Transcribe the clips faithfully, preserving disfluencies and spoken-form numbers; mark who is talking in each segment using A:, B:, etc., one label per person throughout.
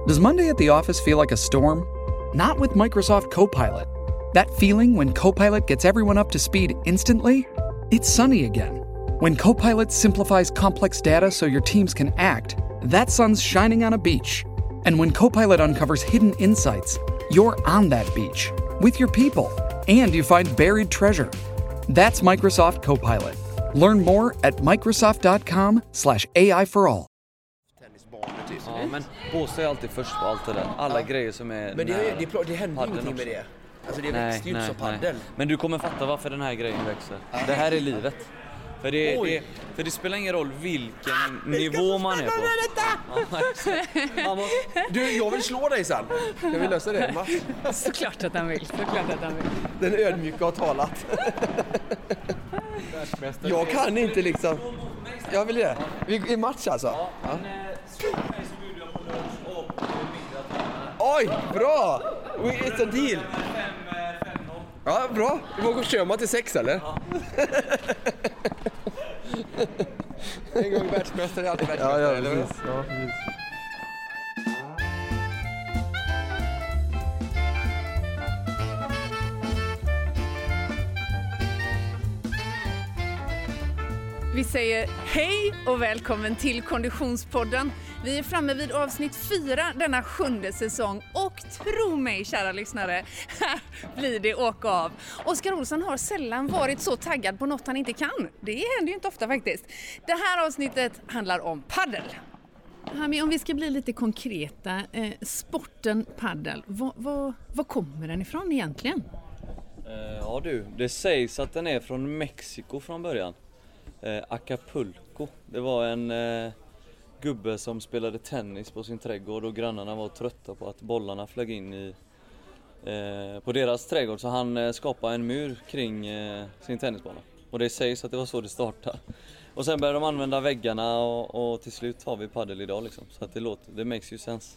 A: Does Monday at the office feel like a storm? Not with Microsoft Copilot. That feeling when Copilot gets everyone up to speed instantly? It's sunny again. When Copilot simplifies complex data so your teams can act, that sun's shining on a beach. And when Copilot uncovers hidden insights, you're on that beach with your people, and you find buried treasure. That's Microsoft Copilot. Learn more at microsoft.com slash AI for all.
B: Ja, men Båstad är alltid först på allt det där. Alla ja. grejer som är
C: Men det, är, det, det händer ingenting med det. Alltså det växer ju inte som paddel.
B: Men du kommer fatta varför den här grejen växer. Ja. Det här är livet. För det, det, för det spelar ingen roll vilken nivå man är på.
C: Ja, du, jag vill slå dig sen. Jag vill lösa det, Mats.
D: Såklart att han vill. Såklart att han vill.
C: Den ödmjuka har talat. Jag kan inte liksom. Jag vill det. Vi är match alltså. Ja. Ja. Oj, bra! It's a deal. Ja, bra. Vi vågar köra man till sex, eller? Ja. En gång världsmästare är alltid världsmästare, ja, ja, eller? Precis. Ja, precis.
D: Vi säger hej och välkommen till Konditionspodden. Vi är framme vid avsnitt fyra denna sjunde säsong och tro mig kära lyssnare, här blir det åka av. Oskar Olsson har sällan varit så taggad på något han inte kan. Det händer ju inte ofta faktiskt. Det här avsnittet handlar om paddel. Hami, om vi ska bli lite konkreta, eh, sporten paddel, vad, vad, vad kommer den ifrån egentligen?
B: Uh, ja du, det sägs att den är från Mexiko från början. Eh, Acapulco. Det var en eh, gubbe som spelade tennis på sin trädgård och grannarna var trötta på att bollarna flög in i, eh, på deras trädgård, så han eh, skapade en mur kring eh, sin tennisbana. Och det sägs att det var så det startade. Och sen började de använda väggarna och, och till slut har vi paddel idag liksom. Så att det låter, det makes ju sense.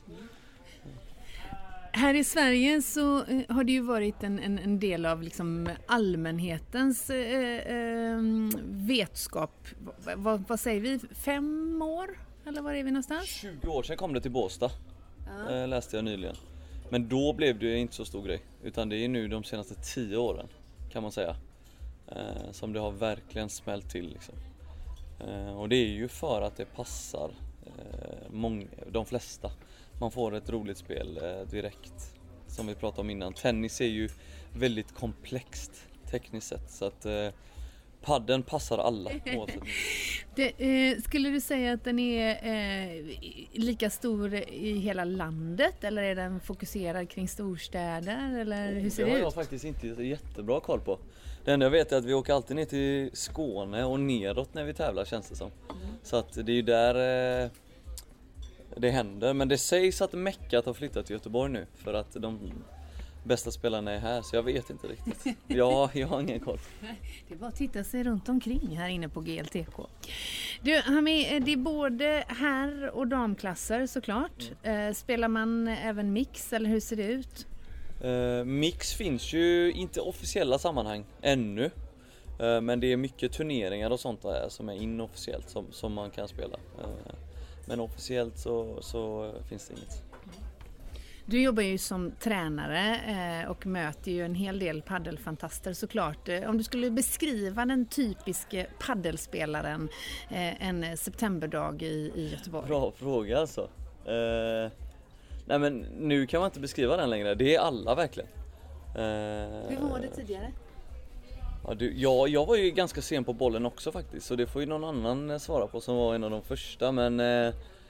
D: Här i Sverige så har det ju varit en, en, en del av liksom allmänhetens eh, eh, vetskap. Va, va, vad säger vi? Fem år? Eller var är vi någonstans?
B: tjugo år sedan kom det till Båstad, ja. eh, läste jag nyligen. Men då blev det inte så stor grej. Utan det är nu de senaste tio åren kan man säga. Eh, som det har verkligen smält till liksom. Eh, och det är ju för att det passar eh, många, de flesta. Man får ett roligt spel eh, direkt, som vi pratade om innan. Tennis är ju väldigt komplext tekniskt sett, så att eh, padden passar alla.
D: det, eh, skulle du säga att den är eh, lika stor i hela landet, eller är den fokuserad kring storstäder, eller hur ser det, det ut?
B: Det har jag faktiskt inte jättebra koll på. Det enda jag vet är att vi åker alltid ner till Skåne och neråt när vi tävlar, känns det som. Mm. Så att det är ju där... Eh, det händer, men det sägs att Meckat har flyttat till Göteborg nu för att de bästa spelarna är här, så jag vet inte riktigt. Ja, jag har ingen koll.
D: Det är bara att titta sig runt omkring här inne på G L T K. Du, Hami, det är både herr- och damklasser såklart. Mm. Spelar man även mix, eller hur ser det ut?
B: Uh, mix finns ju inte i officiella sammanhang ännu. Uh, men det är mycket turneringar och sånt där som är inofficiellt som, som man kan spela. Uh, Men officiellt så, så finns det inget.
D: Du jobbar ju som tränare eh, och möter ju en hel del paddelfantaster såklart. Eh, om du skulle beskriva den typiska paddelspelaren eh, en septemberdag i, i Göteborg.
B: Bra fråga alltså. Eh, nej men nu kan man inte beskriva den längre. Det är alla verkligen.
D: Eh, Hur var det tidigare?
B: Ja, du, ja, jag var ju ganska sen på bollen också faktiskt, så det får ju någon annan svara på som var en av de första, men eh,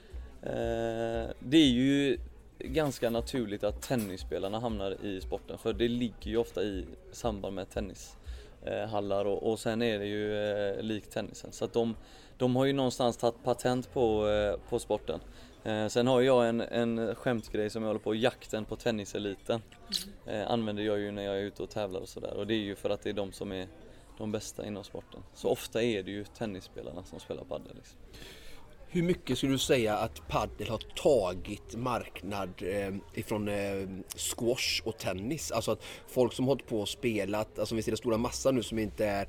B: eh, det är ju ganska naturligt att tennisspelarna hamnar i sporten, för det ligger ju ofta i samband med tennishallar eh, och, och sen är det ju eh, likt tennisen, så att de, de har ju någonstans tagit patent på, eh, på sporten. Eh, sen har jag en, en skämtgrej som jag håller på, jakten på tenniseliten. Eh, använder jag ju när jag är ute och tävlar och sådär. Och det är ju för att det är de som är de bästa inom sporten. Så ofta är det ju tennisspelarna som spelar paddel liksom.
C: Hur mycket skulle du säga att paddel har tagit marknad eh, ifrån eh, squash och tennis? Alltså att folk som hållit på och spelat, alltså vi ser den stora massan nu som inte är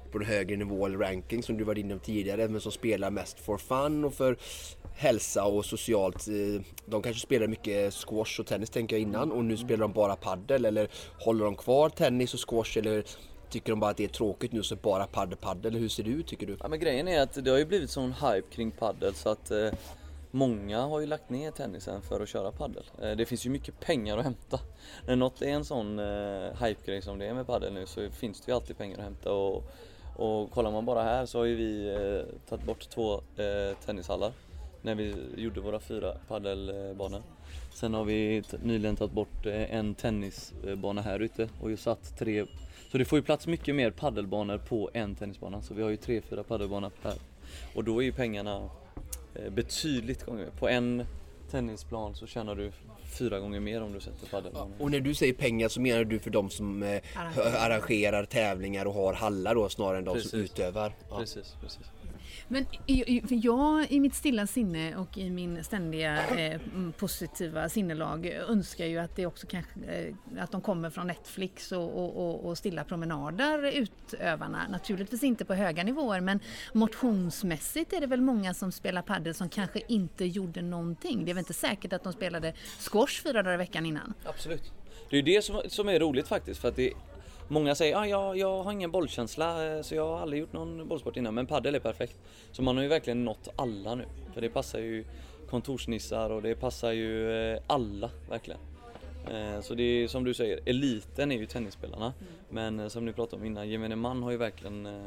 C: på en högre nivå eller ranking som du var inne på tidigare, men som spelar mest for fun och för hälsa och socialt. De kanske spelar mycket squash och tennis tänker jag innan, och nu spelar de bara paddel, eller håller de kvar tennis och squash, eller tycker de bara att det är tråkigt nu så bara paddel paddel, hur ser det ut tycker du?
B: Ja, men grejen är att det har ju blivit sån hype kring paddel så att eh, många har ju lagt ner tennisen för att köra paddel. Eh, det finns ju mycket pengar att hämta. När något är en sån eh, hype-grej som det är med paddel nu så finns det ju alltid pengar att hämta, och, och kollar man bara här så har ju vi eh, tagit bort två eh, tennishallar när vi gjorde våra fyra paddelbanor. Sen har vi t- nyligen tagit bort eh, en tennisbana här ute och ju satt tre. Så det får ju plats mycket mer paddelbanor på en tennisbana. Så vi har ju tre, fyra paddelbanor här. Och då är ju pengarna eh, betydligt gånger. På en tennisplan så tjänar du fyra gånger mer om du sätter paddelbanor.
C: Och när du säger pengar så menar du för de som eh, arrangerar tävlingar och har hallar då, snarare än de
B: Precis.
C: som utövar. Ja.
B: Precis, precis.
D: Men för jag i mitt stilla sinne och i min ständiga eh, positiva sinnelag önskar ju att det också kanske eh, att de kommer från Netflix och, och, och, och stilla promenader utövarna. Naturligtvis inte på höga nivåer, men motionsmässigt är det väl många som spelar paddel som kanske inte gjorde någonting. Det är väl inte säkert att de spelade squash fyra dagar i veckan innan.
B: Absolut. Det är ju det som, som är roligt faktiskt, för att det många säger att ah, jag, jag har ingen bollkänsla så jag har aldrig gjort någon bollsport innan, men paddel är perfekt. Så man har ju verkligen nått alla nu. För det passar ju kontorsnissar och det passar ju eh, alla verkligen. Eh, så det är som du säger, eliten är ju tennisspelarna. Mm. Men eh, som ni pratade om innan, gemene man har ju verkligen eh,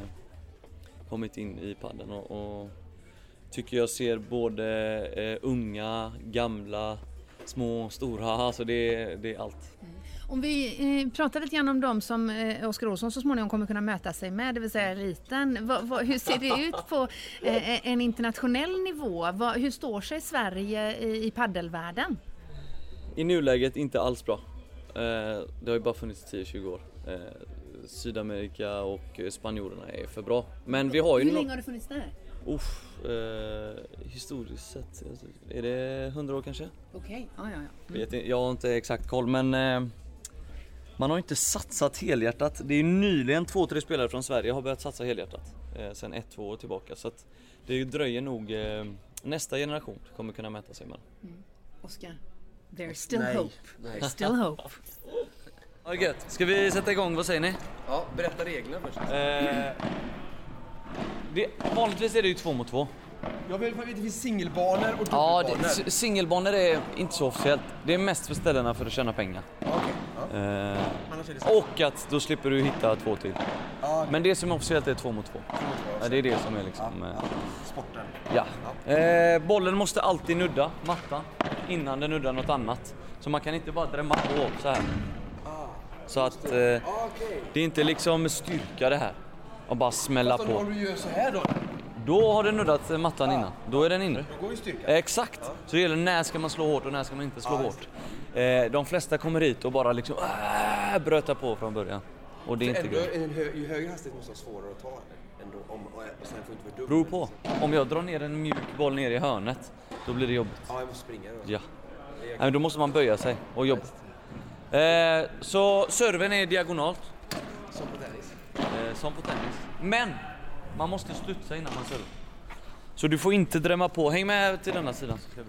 B: kommit in i paddeln och, och tycker jag ser både eh, unga, gamla, små, stora, alltså det, det är allt.
D: Mm. Om vi eh, pratar lite grann om dem som eh, Oskar Olsson så småningom kommer kunna möta sig med, det vill säga eliten. Va, va, hur ser det ut på eh, en internationell nivå? Va, hur står sig Sverige i, i paddelvärlden?
B: I nuläget inte alls bra. Eh, det har ju bara funnits tio till tjugo år. Eh, Sydamerika och spanjorerna är för bra. Men vi har ju...
D: Hur länge har det funnits där?
B: Uff, eh, historiskt sett, är det hundra år kanske?
D: Okej, okay. ja, ja, ja.
B: Mm. Vet, jag har inte exakt koll, men eh, man har inte satsat helhjärtat. Det är nyligen två, tre spelare från Sverige har börjat satsa helhjärtat. Eh, sen ett, två år tillbaka. Så att det dröjer nog eh, nästa generation kommer kunna mäta sig med.
D: Mm. Oskar, there's still
C: Nej.
D: hope. There's still hope.
B: Ja, gött. Ska vi sätta igång, vad säger ni?
C: Ja, berätta reglerna först.
B: Eh, det, vanligtvis är det ju två mot två.
C: Jag vill veta, det finns singelbanor och
B: Ja,
C: dubbelbanor.
B: det, singelbanor är inte så officiellt. Det är mest för ställena för att tjäna pengar.
C: Okej, ja.
B: Eh,
C: Annars är det så.
B: och att då slipper du hitta två till.
C: Ja, okej.
B: Men det som är officiellt är två mot två.
C: Två mot två,
B: Ja, det är det som är liksom...
C: Ja,
B: eh,
C: ja. Sporten.
B: Ja. Eh, bollen måste alltid nudda mattan innan den nuddar något annat. Så man kan inte bara drämma på så här. Så att eh,
C: Okej.
B: det är inte liksom styrka det här. Och bara smälla
C: Fast om
B: på.
C: du gör så här då?
B: Då har den nuddat mattan innan. Då är den inne.
C: Då går ju styrka.
B: Exakt. Så det gäller när ska man slå hårt och när ska man inte slå
C: Ja,
B: hårt. Eh, de flesta kommer hit och bara liksom äh, bröta på från början. Och det är inte
C: Ändå,
B: gött.
C: en hö- ju högre hastighet måste vara svårare att ta ändå. Om, och sen får inte vara dubbel.
B: Beror på. Om jag drar ner en mjuk boll ner i hörnet, då blir det jobbigt.
C: Ja, jag måste springa då.
B: Ja. Nej, men då måste man böja sig och jobba. Eh, så serven är diagonalt.
C: Som på tennis.
B: Eh, som på tennis. Men man måste studsa innan man servar. Så du får inte drämma på. Häng med till denna sidan. Så ska vi.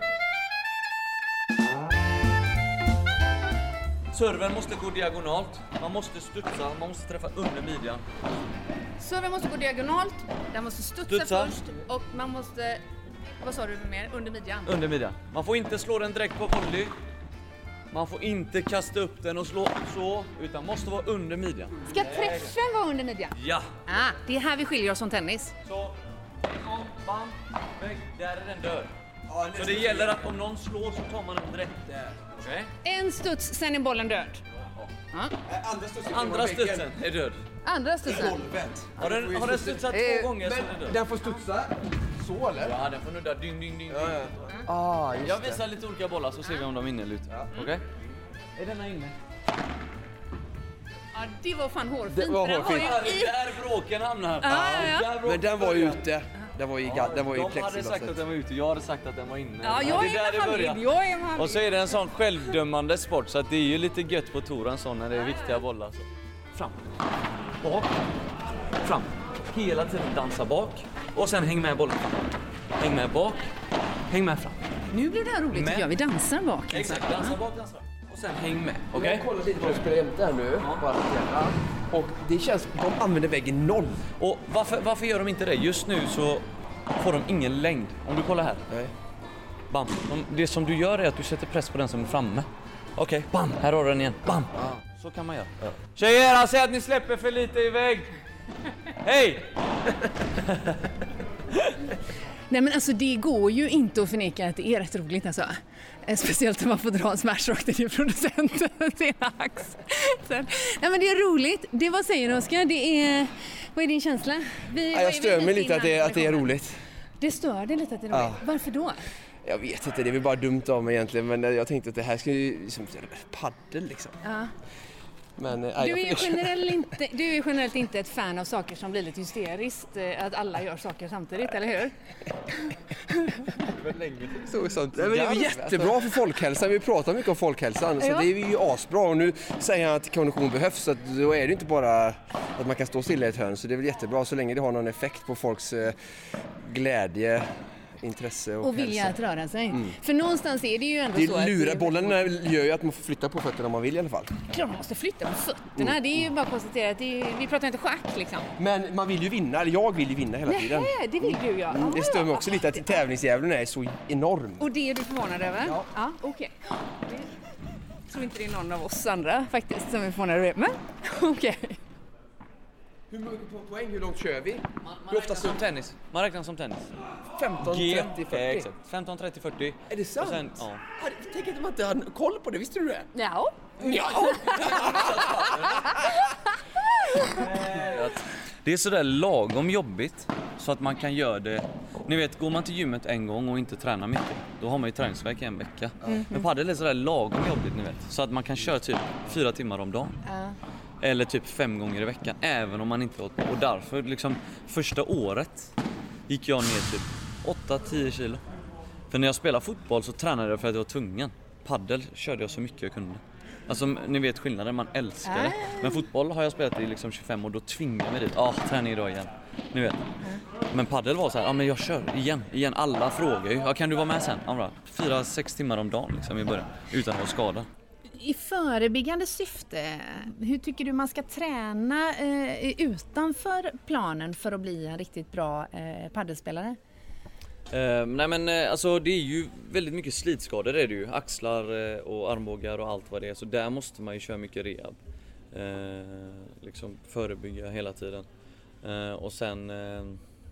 B: Serven måste gå diagonalt. Man måste studsa. Man måste träffa under midjan.
D: Serven måste gå diagonalt, den måste studsa,
B: Studsa.
D: först och man måste, vad sa du mer, under midjan?
B: Under midjan. Man får inte slå den direkt på volley. Man får inte kasta upp den och slå så, utan måste vara under midjan.
D: Ska träffen vara under midjan?
B: Ja.
D: Ah, det är här vi skiljer oss från tennis.
B: Så, kom, bam, vägg, där är den död.
C: Ja,
B: Så det gäller att om någon slår så tar man den direkt. Okej?
D: En studs, sen är bollen död. Ja.
C: Äh, Andra studsen.
B: Andra studsen är död.
D: Andra studsen.
C: Golvet.
B: Har den, har den studsat
C: Eh,
B: två gånger så är den
C: Men
B: död.
C: den får studsa så eller?
B: Ja, den får nudda ding, ding, ding.
C: Ja, ja. Ah, just
B: Jag visar lite olika bollar så ser vi om de är inne eller ute. Okej? Är denna inne?
D: Ja, det var fan hårfint.
C: Det var
D: Den
C: hårfint.
D: ju
B: Där,
D: i...
B: där bråken hamnar.
D: Ja, ja, ja.
B: Där bråken
C: Men den var ju
B: börjar.
C: ute. Den var ju,
B: Ja,
C: den var ju
B: de hade sagt
C: plexiglaset.
B: att den var ute, jag hade sagt att den var inne.
D: Ja,
B: det
D: jag
B: är där
D: är
B: det
D: med
B: börjar.
D: familj. Jag är med familj.
B: Och så är det en sån självdömande sport så att det är ju lite gött på touren sån när det är viktiga bollar. Så. Fram. Bak. fram. Hela tiden dansa bak. Och sen häng med bollen fram. Häng med bak. Häng med fram.
D: Nu blir det här roligt tycker jag. Vi dansar bak. Liksom.
B: Exakt, dansa bak, dansa fram. Och sen häng med, okej? Okay?
C: Jag kollar lite på det spelar jämte här nu. Ja. Och det känns, de använder väggen noll.
B: Och varför, varför gör de inte det? Just nu så får de ingen längd. Om du kollar här.
C: Nej.
B: Bam. Det som du gör är att du sätter press på den som är framme. Okej, okay. Bam. Här har du den igen. Bam. Ja. Så kan man göra. Ja. Tjejer, han säger att ni släpper för lite i vägg. Hej!
D: Nej men alltså det går ju inte att förneka att det är rätt roligt alltså. Speciellt om man får dra en smashrock till producenten till ax. Nej men det är roligt. Det vad säger du Oskar? Det är... Vad är din känsla? Vi,
C: ja, jag stör mig lite att det, att det är roligt.
D: Det stör dig lite att det är roligt. Ja. Varför då?
C: Jag vet inte, det är väl bara dumt av mig egentligen. Men jag tänkte att det här ska ju liksom... Paddel liksom. Ja. Men, äh,
D: du, är generellt inte, du är generellt inte ett fan av saker som blir lite hysteriskt, att alla gör saker samtidigt, eller hur?
C: så, sånt. Nej, men det är jättebra för folkhälsan, vi pratar mycket om folkhälsan, ja. Så det är ju asbra. Och nu säger han att kondition behövs, så att då är det inte bara att man kan stå stilla i ett hörn, så det är väl jättebra så länge det har någon effekt på folks eh, glädje, intresse och,
D: och vilja att röra sig. Mm. För någonstans är det ju ändå
C: det
D: så att...
C: Lura, bollen gör ju att man får flytta på fötterna om man vill i alla fall.
D: Klart man måste flytta på fötterna. Mm. Det är ju bara att konstatera att det är, vi pratar inte schack liksom.
C: Men man vill ju vinna, eller jag vill ju vinna hela
D: Nej,
C: tiden.
D: Nej, det vill du ja.
C: Mm, det stör mig också lite att tävlingsjävlen är så enorm.
D: Och det är du förvånad över?
C: Ja.
D: Ja, okej. Okay. Jag tror inte det är någon av oss andra faktiskt som är förvånad över det. Men okej. Okay.
C: Hur mycket poäng, hur långt kör vi?
B: Man, man hur ofta som tennis? Man räknar som tennis.
C: femton, trettio, fyrtio.
B: Eh, exakt. femton, trettio, fyrtio.
C: Är det sant?
B: Sen, ja.
C: Tänk att man inte hade koll på det, visste du det?
D: Ja.
C: Ja.
B: Det är sådär lagom jobbigt så att man kan göra det. Ni vet, går man till gymmet en gång och inte tränar mycket, då har man ju träningsvärk i en vecka. Mm. Men paddel är sådär lagom jobbigt, ni vet. Så att man kan köra typ fyra timmar om dagen. Uh. Eller typ fem gånger i veckan, även om man inte åt. Och därför, liksom, första året gick jag ner typ åtta till tio kilo. För när jag spelade fotboll så tränade jag för att jag var tvungen. Paddel körde jag så mycket jag kunde. Alltså, ni vet skillnaden, man älskar det. Men fotboll har jag spelat i liksom tjugofem år, då tvingar jag mig dit. Ja, ah, träning idag igen. Ni vet. Men paddel var så här, ja ah, men jag kör igen, igen. Alla frågar ju, ja kan du vara med sen? Ja, fyra, sex timmar om dagen liksom i början, utan att vara skadad.
D: I förebyggande syfte, hur tycker du man ska träna eh, utanför planen för att bli en riktigt bra eh, paddelspelare?
B: Uh, nej men uh, alltså det är ju väldigt mycket slitskador, det är det ju. Axlar uh, och armbågar och allt vad det är. Så där måste man ju köra mycket rehab. Uh, liksom förebygga hela tiden. Uh, och sen uh,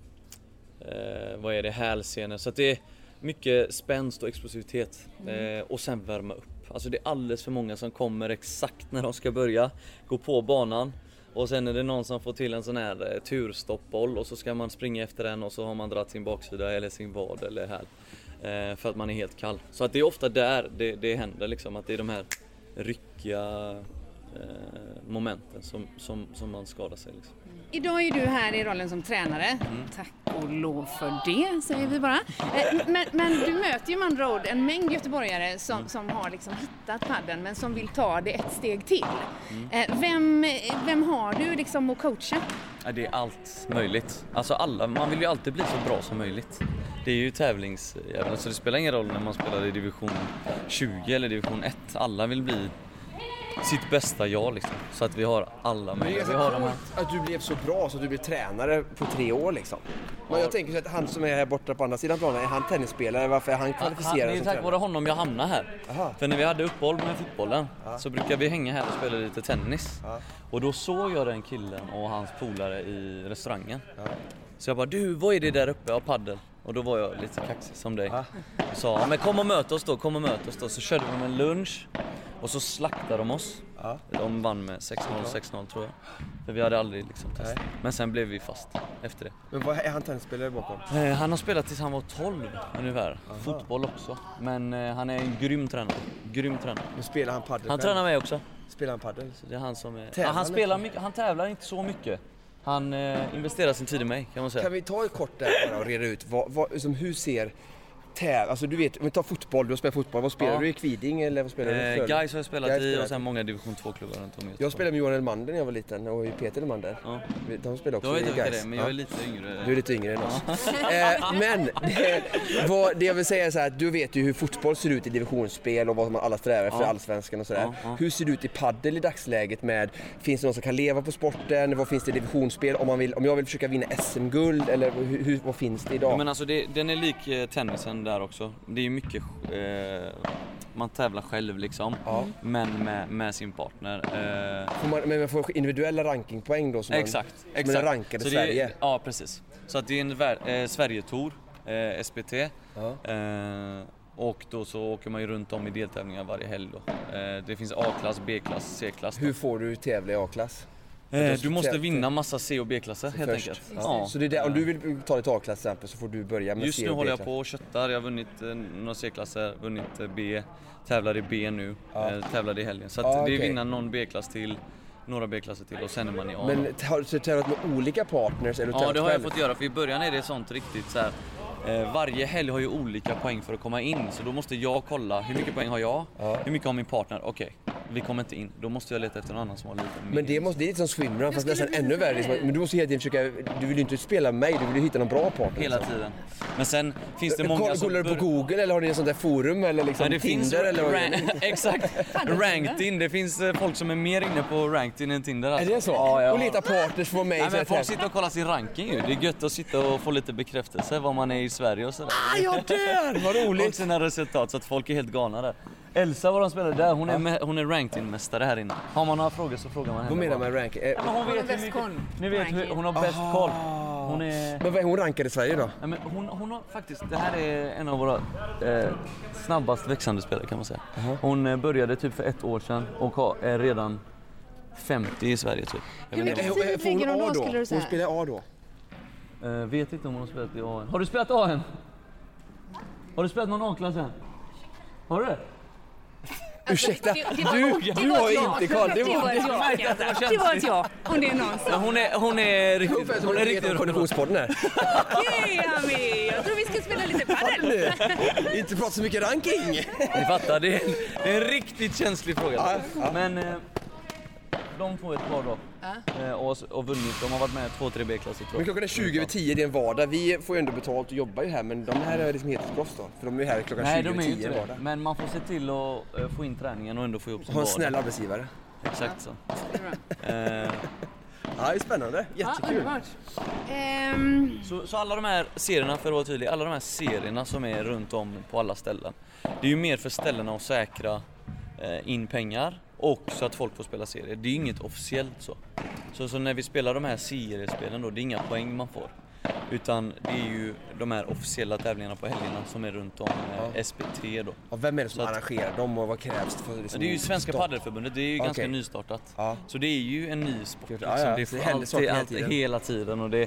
B: uh, vad är det, hälsenor. Så att det är mycket spänst och explosivitet. Mm. Uh, och sen värma upp. Alltså det är alldeles för många som kommer exakt när de ska börja gå på banan. Och sen är det någon som får till en sån här eh, turstoppboll och så ska man springa efter den och så har man dragit sin baksida eller sin vad eller här. Eh, för att man är helt kall. Så att det är ofta där det, det händer liksom, att det är de här ryckiga eh, momenten som, som, som man skadar sig liksom.
D: Idag är du här i rollen som tränare. Mm. Tack och lov för det, säger vi bara. Men, men du möter ju med andra ord en mängd göteborgare som, mm. som har liksom hittat padden men som vill ta det ett steg till. Mm. Vem, vem har du liksom att coacha?
B: Ja, det är allt möjligt. Alltså alla, man vill ju alltid bli så bra som möjligt. Det är ju tävlings... Så det spelar ingen roll när man spelar i division tjugo eller division ett. Alla vill bli sitt bästa jag liksom. Så att vi har alla möjligheter.
C: Vi har de här. Att du blev så bra så att du blev tränare på tre år liksom. Men ja. Jag tänker så att han som är här borta på andra sidan planen, är han tennisspelare? Varför är han kvalificerad?
B: Han, det är tack vare honom jag hamnar här. Aha. För när vi hade uppehåll med fotbollen Aha. så brukar vi hänga här och spela lite tennis. Aha. Och då såg jag den killen och hans polare i restaurangen. Aha. Så jag bara, du, vad är det där uppe? Ja, paddel. Och då var jag lite kaxig som dig. Och sa, men kom och möt oss då, kom och möt oss då. Så körde de en lunch. Och så slaktade de oss. Ja. De vann med sex noll, sex noll tror jag. För vi hade aldrig liksom testat. Nej. Men sen blev vi fast efter det.
C: Men vad är han tennisspelare bakom?
B: Eh, han har spelat tills han var tolv ungefär. Aha. Fotboll också. Men eh, han är en grym tränare. Grym tränare.
C: Men spelar han paddel?
B: Han tränar mig också.
C: Spelar han paddel?
B: Så det är han som är... Ja, han spelar mycket, han tävlar inte så mycket. Han eh, investerar sin tid i mig, kan man säga.
C: Kan vi ta ett kort där och reda ut vad, vad, liksom, hur ser täv... Alltså du vet, om vi tar fotboll, du har spelat fotboll. Vad spelar
B: Ja.
C: du i Kviding eller vad spelar
B: Eh,
C: du?
B: Gais har jag spelat
C: Gais
B: i
C: spelat.
B: och sen många division två-klubbar runt om i
C: Jag spelade med Johan Elmander när jag var liten och Peter Elmander.
B: Ja.
C: De spelar också
B: Jag vet
C: i
B: inte vilka
C: Gais.
B: det är, men jag är
C: Ja.
B: lite yngre.
C: Du är lite yngre än oss. eh, men det, vad, det jag vill säga är så här att du vet ju hur fotboll ser ut i divisionsspel och vad man alla strävar efter,
B: Ja.
C: allsvenskan och sådär.
B: Ja, ja.
C: Hur ser det ut i paddel i dagsläget med, finns det någon som kan leva på sporten? Vad finns det i divisionsspel? Om, man vill, om jag vill försöka vinna S M-guld eller hur, hur, vad finns det idag?
B: Ja, men alltså det, den är lik eh, tennisen där också. Det är ju mycket, eh, man tävlar själv liksom,
C: Ja.
B: men med, med sin partner. Eh,
C: Får man, men man får individuella rankingpoäng då? Som
B: exakt,
C: man,
B: exakt.
C: Som är rankade i
B: Så det är-
C: Sverige?
B: Ja, precis. Så att det är en vär, eh, Sverigetour, eh, S P T.
C: Ja.
B: Eh, och då så åker man ju runt om i deltävlingar varje helg då. Eh, det finns A-klass, B-klass, C-klass då.
C: Hur får du tävla i A-klass?
B: Eh, du måste vinna massa C och B-klasser helt
C: Först.
B: enkelt.
C: Ja. Så det är där, om du vill ta ditt A-klass till exempel så får du börja med
B: Just
C: C
B: nu
C: och
B: håller jag
C: B-klass.
B: på och köttar. Jag har vunnit eh, några C-klasser, vunnit eh, B, tävlar i B nu,
C: Ja.
B: eh, tävlar i helgen. Så att
C: Ja,
B: det är
C: okej.
B: vinna någon B-klass till, några B-klasser till och sen är man i A.
C: Men har du tävlat med olika partners eller
B: ja,
C: tävlat
B: det har jag
C: själv?
B: fått göra, för i början är det sånt riktigt så här. Eh, varje helg har ju olika poäng för att komma in, så då måste jag kolla hur mycket poäng har jag,
C: Ja.
B: hur mycket har min partner, okej, vi kommer inte in, då måste jag leta efter någon annan som har lite mer.
C: Men det, måste, det är lite som swimrun fast
D: skulle
C: nästan
D: precis
C: ännu
D: säga
C: värre. Liksom. Men du måste hela tiden försöka, du vill ju inte spela med mig, du vill ju hitta någon bra partner.
B: Hela
C: liksom.
B: tiden. Men sen finns det många
C: Kolla,
B: som
C: kollar du på
B: bör-
C: Google eller har ni en sån där forum eller liksom
B: Nej, det
C: Tinder
B: finns
C: eller vad
B: ran- exakt, ranked in. Det finns eh, folk som är mer inne på ranked in än Tinder.
C: Är
B: Alltså.
C: det så?
B: Ja, ja.
C: Och leta partners för mig.
B: Nej,
C: så
B: men
C: att
B: folk
C: jag-
B: sitter och kollar sin ranking ju. Det är gött att sitta och få lite bekräftelse vad man är i Sverige och sådär.
C: Ah, jag dör! Vad
B: Och
C: roligt!
B: sina resultat så att folk är helt galna där. Elsa, vad de spelar där, hon är, med, hon är ranked in-mästare här inne. Har man några frågor så frågar man henne.
C: Vad menar
B: bara.
C: man ranking? Eh,
B: Ja, men hon
D: Hon har
B: vet hur
D: bäst
B: mycket,
D: koll.
B: ni vet hur,
D: Ranking.
B: hon har bäst koll. Hon är...
C: Men vad är hon rankad i Sverige då?
B: Ja, men hon, hon har faktiskt, det här är en av våra eh, snabbast växande spelare kan man säga. Hon eh, började typ för ett år sedan och har, är redan femtio i Sverige typ. Jag
D: Hur
B: vet,
D: mycket
B: inte.
C: Eh,
D: tid
C: får hon
D: ligger hon
C: A
D: då,
C: då?
D: skulle du säga?
C: Hon spelar A då?
B: eh, vet inte om hon har spelat i A N. Har du spelat A N? Har du spelat någon A-klass än? Har du det?
C: Ursäkta,
D: Det- det var-
C: du,
D: det
C: du
D: var
C: har
D: ett ja.
C: inte koll. Det
D: Det var
C: var
D: ett ja. Det var ett ja. Om det är någon
B: Men
D: som...
B: hon är, hon är riktigt,
C: ungefär som
B: hon är
C: en
B: riktigt
C: konditionspodden här.
D: Okej, Ami! Jag tror vi ska spela lite padel.
C: Nu, inte prata så mycket ranking.
B: Ni fattar, det är, en, det är en riktigt känslig fråga.
C: Ja, ja.
B: Men eh, de två är ett par då. Eh, och, och vunnit, de har varit med i två, tre B-klasser tror
C: Men
B: jag.
C: klockan är tjugo över tio, det är en vardag. Vi får ju ändå betalt och jobbar ju här, men de här är liksom heltidsproffs då. För de är ju här klockan
B: Nej,
C: tjugo
B: de
C: över
B: är ju
C: tio
B: inte
C: en
B: det.
C: vardag.
B: Men man får se till att eh, få in träningen och ändå få ihop sin
C: Ha en
B: vardag.
C: snäll arbetsgivare.
B: Exakt så. Eh,
C: Ja, det är spännande.
D: Ja,
C: Jättekul.
D: underbart. Ehm,
B: så, så alla de här serierna, för att vara tydlig, alla de här serierna som är runt om på alla ställen. Det är ju mer för ställena att säkra eh, in pengar och så att folk får spela serier. Det är ju inget officiellt så. Så, så när vi spelar de här seriespelen då, det är inga poäng man får. Utan det är ju de här officiella tävlingarna på helgerna som är runt om eh, S P T då.
C: Ja, vem är det som
B: Så att-
C: arrangerar dem och vad krävs det för liksom
B: Det är ju Svenska
C: start?
B: Paddelförbundet, det är ju
C: Okej.
B: ganska nystartat.
C: Ja.
B: Så det är ju en ny sport. Liksom.
C: Ja, ja.
B: Det
C: Så det
B: är
C: händer saker
B: alltid,
C: hela
B: alltid,
C: tiden.
B: hela tiden och det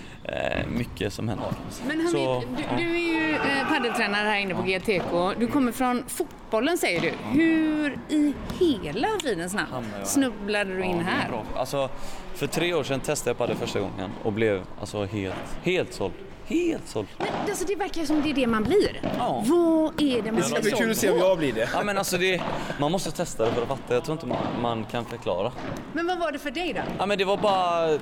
B: är eh, mycket som händer.
D: Men Hamid,
B: Så,
D: du,
B: ja.
D: du är ju eh, paddeltränare här inne på G T K. Du kommer från fotbollen säger du. Hur i hela fridens namn
B: Hamnar jag här?
D: snubblade du in
B: Ja, det är
D: här?
B: bra. Alltså, för tre år sedan testade jag padel första gången och blev alltså helt, helt såld. Helt såld.
D: Men alltså, det verkar ju som det är det man blir.
B: Ja.
D: Vad är det man
C: Det ska
D: blir
C: bli kul att se
D: såld
C: om
D: på?
C: jag blir det.
B: Ja, men alltså det, man måste testa det för att fatta. Jag tror inte man, man kan förklara.
D: Men vad var det för dig då?
B: Ja, men det var bara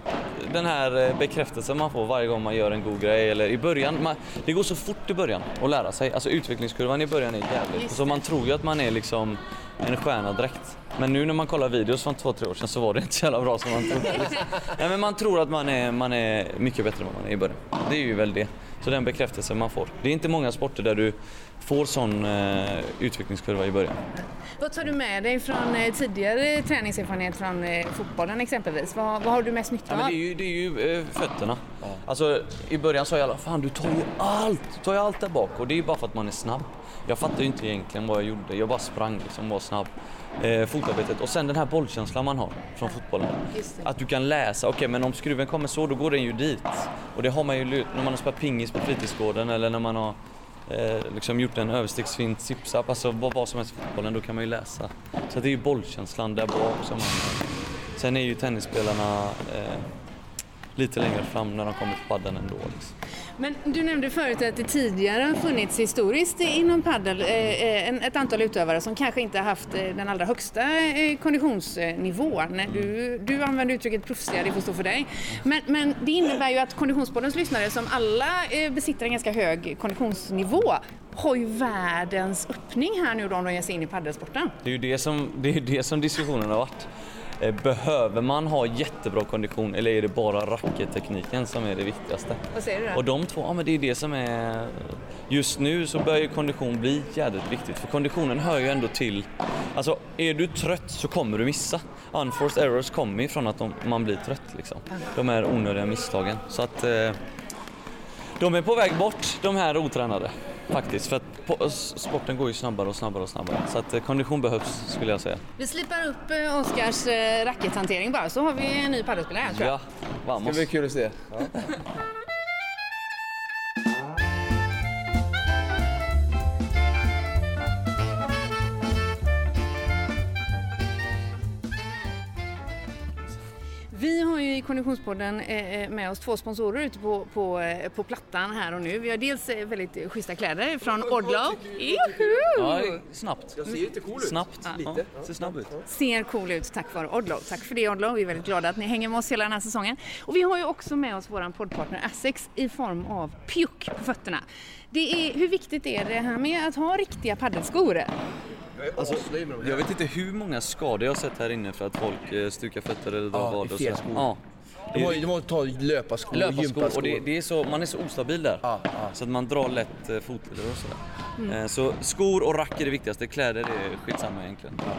B: den här bekräftelsen man får varje gång man gör en god grej. Eller i början, man, det går så fort i början att lära sig. Alltså utvecklingskurvan i början är jävligt.
D: Just
B: Så man tror ju att man är liksom en stjärna direkt. Men nu när man kollar videos från två, tre år sedan så var det inte så jävla bra som man trodde. Nej, men man tror att man är, man är mycket bättre än vad man är i början. Det är ju väl det. Så den bekräftelsen man får. Det är inte många sporter där du får sån eh, utvecklingskurva i början.
D: Vad tar du med dig från eh, tidigare träningserfarenhet från eh, fotbollen exempelvis? Vad, vad har du mest nytta
B: Ja,
D: av?
B: men det är ju, det är ju eh, fötterna. Alltså i början sa jag alla, fan du tar ju allt, du tar ju allt där bak och det är ju bara för att man är snabb. Jag fattar ju inte egentligen vad jag gjorde, jag bara sprang liksom, var snabb. Eh, fotarbetet och sen den här bollkänslan man har från fotbollen.
D: Just det.
B: Att du kan läsa, okej okay, men om skruven kommer så då går den ju dit. Och det har man ju när man har spelat pingis på fritidsgården eller när man har eh, liksom gjort en överstegsfint zip-zap, alltså vad, vad som helst i fotbollen, då kan man ju läsa. Så det är ju bollkänslan där bak som man... Sen är ju tennisspelarna eh, lite längre fram när de kommer till padden ändå. Liksom.
D: Men du nämnde förut att det tidigare har funnits historiskt inom paddel eh, ett antal utövare som kanske inte har haft den allra högsta eh, konditionsnivån. Du, du använder uttrycket proffsiga, det får stå för dig. Men, men det innebär ju att Konditionspoddens lyssnare, som alla eh, besitter en ganska hög konditionsnivå, har ju världens öppning här nu då om de ger sig in i paddelsporten.
B: Det är ju det som, det är det som diskussionen har varit. Behöver man ha jättebra kondition eller är det bara rackettekniken som är det viktigaste?
D: Vad säger du då?
B: Och de två, ja men det är det som är... Just nu så börjar ju kondition bli jävligt viktigt, för konditionen hör ju ändå till... Alltså, är du trött så kommer du missa. Unforced errors kommer ju från att de, man blir trött liksom. De här onödiga misstagen. Så att eh, de är på väg bort, de här otränade. Faktiskt, för att på, sporten går ju snabbare och snabbare och snabbare. Så att eh, kondition behövs, skulle jag säga.
D: Vi slipar upp eh, Oskars eh, rackethantering bara, så har vi en ny paddelspelare här, tror jag.
B: Ja, vamos.
C: Det blir kul att se. Ja.
D: Vi har ju i Konditionspodden med oss två sponsorer ute på, på, på plattan här och nu. Vi har dels väldigt schyssta kläder från Oddlo.
B: Ja, snabbt.
C: Jag ser lite cool ut.
B: Snabbt.
D: Ja.
B: Lite. Ja, ser snabb ut.
D: Ser cool ut tack vare Oddlo. Tack för det, Oddlo. Vi är väldigt glada att ni hänger med oss hela den här säsongen. Och vi har ju också med oss vår poddpartner Asics i form av pjuck på fötterna. Det är, hur viktigt är det här med att ha riktiga paddelskor?
B: Alltså, jag vet inte hur många skador jag har sett här inne för att folk stukar fötter eller drar
C: ja,
B: vad och
C: så.
B: Ja.
C: De har ju ta löparskor,
B: löparskor och det, det är så, man är så ostabil där.
C: Ja, ja.
B: Så att man drar lätt fotleder och sådär. Mm. Så skor och rack är det viktigaste, kläder är skitsamma egentligen. Ja.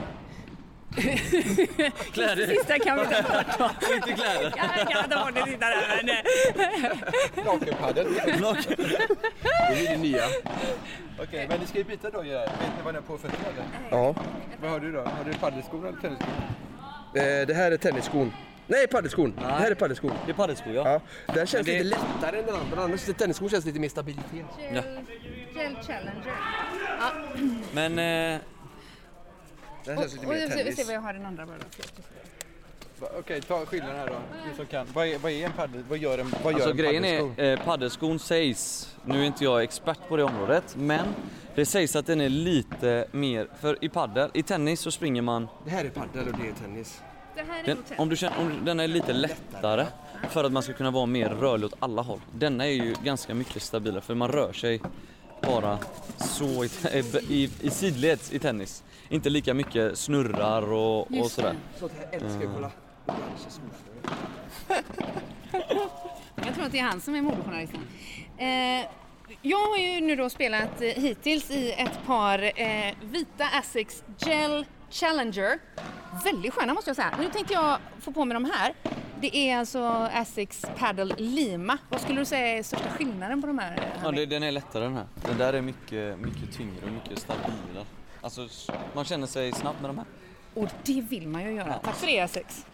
B: Kläder.
D: Sista kan vi ta bort då.
B: Inte kläder.
D: Jag kan ta bort det sista där, men...
C: Nakenpaddel. Det är det nya.
E: Okej, okay, men ni ska ju byta då, Gerard. Vet ni vad ni har på fötterna eller?
C: Ja.
E: Vad har du då? Har du paddelskor eller tennisskor?
C: Eh, det här är tennisskon. Nej, paddelskon.
B: Nej.
C: Det här är paddelskon.
B: Det är paddelskor, ja.
C: Ja. Den känns
B: det...
C: lite lättare än den andra. Annars tennisskon känns lite mer stabilitet.
D: Gel, Gel Challenger. Ja.
B: Men... Eh...
C: Den känns lite
D: och,
C: mer
D: och,
C: tennis.
D: Vi ser vad jag har den andra bara.
E: Okej, okay, ta skillnaden här då. Du som kan. Vad är, vad är en paddel? Vad gör en, vad gör
B: alltså
E: en
B: grejen
E: paddelsko?
B: är, eh, paddelskon sägs, nu är inte jag expert på det området, men det sägs att den är lite mer, för i paddel, i tennis så springer man...
C: Det här är paddel och det är tennis.
D: Det här är
B: Den, om du känner, om den är lite lättare för att man ska kunna vara mer rörlig åt alla håll. Denna är ju ganska mycket stabilare för man rör sig bara så i, i, i sidleds i tennis. Inte lika mycket snurrar och, och sådär.
C: Så att jag älskar kolla.
D: Jag tror att det är han som är modejournalisten. Eh, jag har ju nu då spelat eh, hittills i ett par eh, vita Asics Gel Challenger. Väldigt sköna måste jag säga. Nu tänkte jag få på mig de här. Det är alltså Asics Paddle Lima. Vad skulle du säga är största skillnaden på de här?
B: Ja, det, den är lättare den här. Den där är mycket, mycket tyngre och mycket stabilare. Alltså, man känner sig snabb med de här.
D: Och det vill man ju göra. Ja. Tack för det, Asics.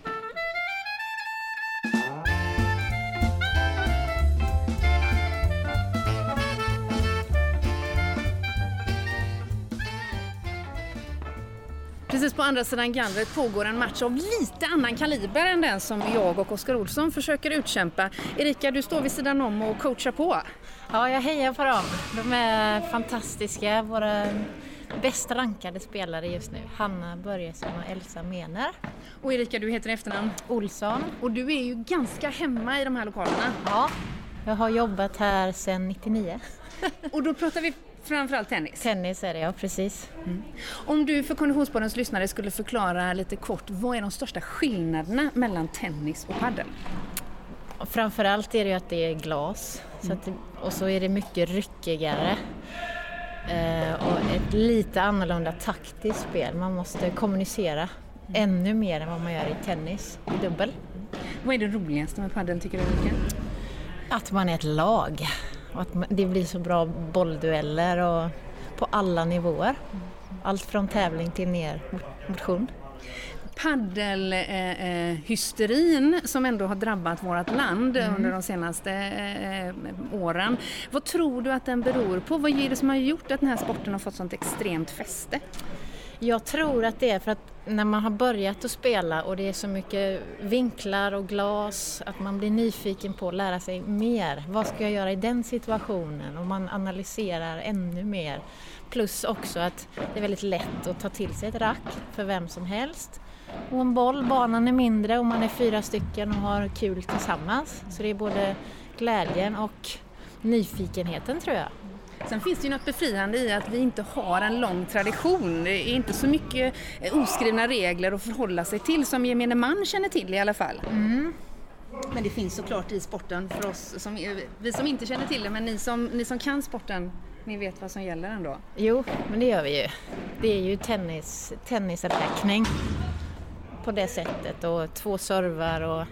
D: Precis på andra sidan gallret pågår en match av lite annan kaliber än den som jag och Oskar Olsson försöker utkämpa. Erika, du står vid sidan om och coachar på.
F: Ja, jag hejar på dem. De är fantastiska. Våra bäst rankade spelare just nu. Hanna Börjesson och Elsa Mener.
D: Och Erika, du heter efternamn?
F: Olsson.
D: Och du är ju ganska hemma i de här lokalerna.
F: Ja, jag har jobbat här sedan nittionio.
D: Och då pratar vi framförallt tennis?
F: Tennis är det, ja, precis.
D: Mm. Om du för Konditionspoddens lyssnare skulle förklara lite kort, vad är de största skillnaderna mellan tennis och paddel?
F: Framförallt är det ju att det är glas. Mm. Så att det, och så är det mycket ryckigare. Eh, och ett lite annorlunda taktiskt spel. Man måste kommunicera mm. ännu mer än vad man gör i tennis, i dubbel. Mm.
D: Vad är det roligaste med paddel, tycker du, Erika?
F: Att man är ett lag. Och att det blir så bra bolldueller och på alla nivåer. Allt från tävling till ner motion.
D: Paddelhysterin eh, som ändå har drabbat vårt land mm. under de senaste eh, åren. Vad tror du att den beror på? Vad är det som har gjort att den här sporten har fått sånt extremt fäste?
F: Jag tror att det är för att när man har börjat att spela och det är så mycket vinklar och glas att man blir nyfiken på att lära sig mer. Vad ska jag göra i den situationen? Och man analyserar ännu mer. Plus också att det är väldigt lätt att ta till sig ett rack för vem som helst. Och en boll, banan är mindre och man är fyra stycken och har kul tillsammans. Så det är både glädjen och nyfikenheten tror jag.
D: Sen finns det ju något befriande i att vi inte har en lång tradition. Det är inte så mycket oskrivna regler att förhålla sig till som gemene man känner till i alla fall.
F: Mm.
D: Men det finns såklart i sporten för oss, som, vi som inte känner till det, men ni som, ni som kan sporten, ni vet vad som gäller ändå.
F: Jo, men det gör vi ju. Det är ju tennis, tennisräkning på det sättet och två servar och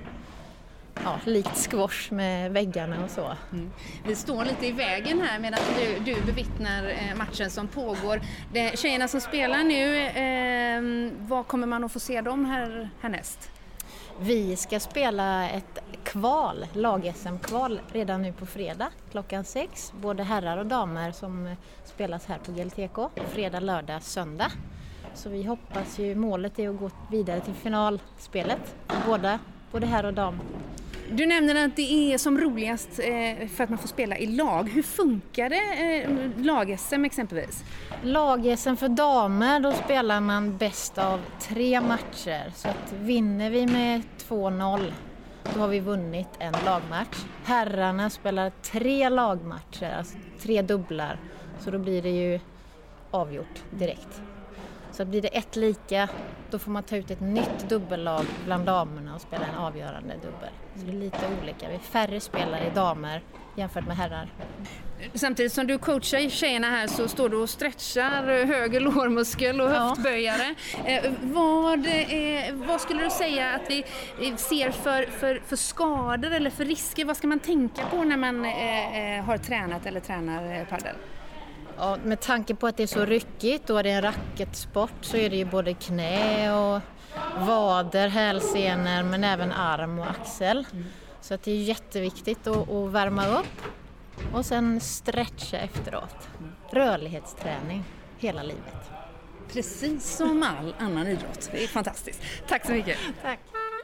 F: ja, likt squash med väggarna och så.
D: Mm. Vi står lite i vägen här medan du, du bevittnar eh, matchen som pågår. Det, tjejerna som spelar nu, eh, vad kommer man att få se dem här härnäst?
F: Vi ska spela ett kval, lag-S M-kval redan nu på fredag klockan sex. Både herrar och damer som spelas här på G L T K. Fredag, lördag, söndag. Så vi hoppas ju, målet är att gå vidare till finalspelet. Båda, både herr och dam.
D: Du nämnde att det är som roligast eh, för att man får spela i lag. Hur funkar det eh, lag-S M exempelvis?
F: Lag-S M för damer, då spelar man bäst av tre matcher. Så att vinner vi med två noll, då har vi vunnit en lagmatch. Herrarna spelar tre lagmatcher, alltså tre dubblar. Så då blir det ju avgjort direkt. Så blir det ett lika, då får man ta ut ett nytt dubbellag bland damerna och spela en avgörande dubbel. Så det är lite olika. Vi är färre spelare i damer jämfört med herrar.
D: Samtidigt som du coachar tjejerna här så står du och stretchar höger lårmuskel och höftböjare. Ja. Eh, vad, eh, vad skulle du säga att vi ser för, för, för skador eller för risker? Vad ska man tänka på när man eh, har tränat eller tränar paddel?
F: Ja, med tanke på att det är så ryckigt och det är en racketsport så är det ju både knä och vader, hälsenor men även arm och axel. Mm. Så att det är jätteviktigt att, att värma upp och sen stretcha efteråt. Rörlighetsträning hela livet.
D: Precis som all annan idrott. Det är fantastiskt. Tack så mycket.
F: Tack.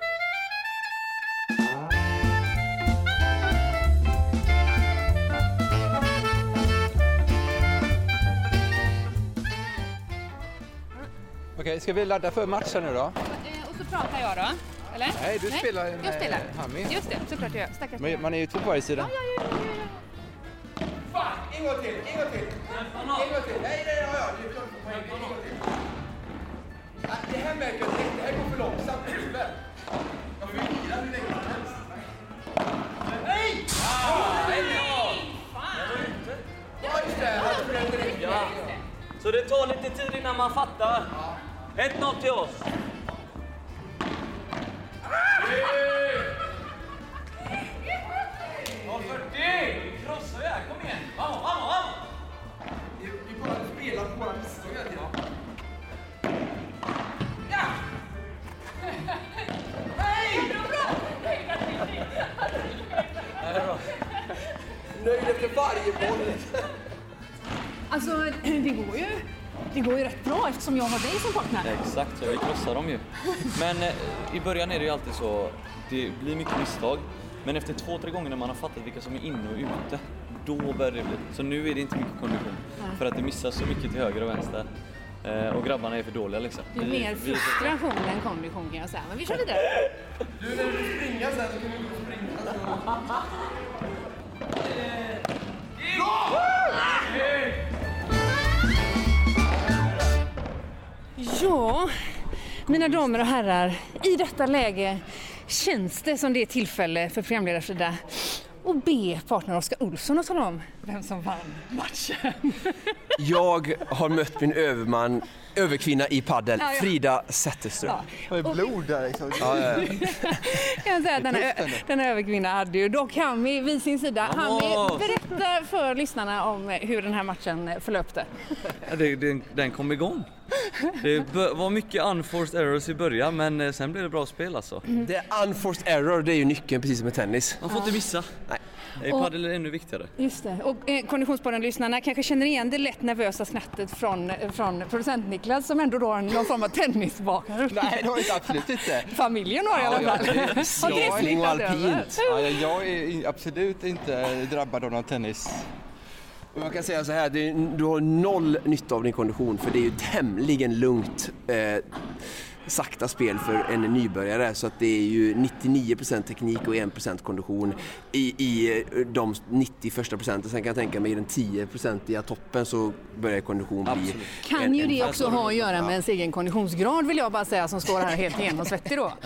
E: Okej, ska vi ladda för matchen nu då?
D: Och så pratar jag då, eller?
E: Nej, du
D: Nej,
E: spelar med
D: jag spelar.
E: Hami.
D: Just det, såklart jag gör. Stackars
E: Men man är ju två på varje sida.
D: Ja, ja, ja, ja.
C: Fan, en gång till, en gång till. En gång till. Nej, nej, ja, ja. Det är klart på poäng. En gång till. Det här märker jag direkt. Det här går för långsamt. Jag får ju vila hur länge som helst. Nej! Ja, just det.
B: Ja. Så det tar lite tid innan man fattar. ett noll till oss. noll fyrtio! Vi krossar ju här, kom igen. Vamos, vamos, vamos!
C: Vi bara spelar på våra misstag hela tiden. Ja! Nej! Nöjd efter varje boll.
D: Alltså, det går ju, det går ju rätt bra eftersom jag har dig som partner.
B: Exakt, så vi krossar dem ju. Men eh, i början är det ju alltid så, det blir mycket misstag. Men efter två, tre gånger när man har fattat vilka som är inne och ute, då börjar det bli. Så nu är det inte mycket kondition. Mm. För att det missas så mycket till höger och vänster. Eh, och grabbarna är för dåliga liksom.
D: Det är mer frustration än kondition kan jag säga. Men vi kör vidare.
C: Du, när du springer sen så kan du gå och springa.
D: Ja, mina damer och herrar, i detta läge känns det som det är tillfälle för programledarsidan och be partner Oskar Olsson att tala om vem som vann matchen.
C: Jag har mött min överman, överkvinna i paddel,
D: ja, ja.
C: Frida Zetterström.
E: Har du blod där liksom?
C: Ja, ja.
D: Jag kan säga att den, den överkvinna hade ju dock Hami vid sin sida. Hami, berätta för lyssnarna om hur den här matchen förlöpte.
B: Ja, det, det, den kom igång. Det var mycket unforced errors i början, men sen blev det bra spel alltså.
C: Det är unforced error, det är ju nyckeln precis som i tennis.
B: Man får inte missa.
C: Nej.
B: I padel är det ännu viktigare.
D: Just det. Och eh, Konditionspodden-lyssnarna kanske känner igen det lätt nervösa skrattet från, från producent Niklas som ändå då har någon form av tennisbakgrund.
E: Nej, det har jag absolut inte.
D: Familjen har i alla fall.
C: Cykling och alpint.
E: Ja, jag är absolut inte drabbad av någon tennis.
C: Och man kan säga så här, det är, du har noll nytta av din kondition för det är ju tämligen lugnt eh, sakta spel för en nybörjare, så att det är ju nittionio procent teknik och en procent kondition i, i de nittio första procenten. Sen kan jag tänka mig i den tio procentiga toppen så börjar kondition bli...
B: Absolut.
D: Kan
C: en,
D: ju
C: en
D: det också ha att göra med ens egen konditionsgrad, vill jag bara säga, som står här helt genomsvettig då.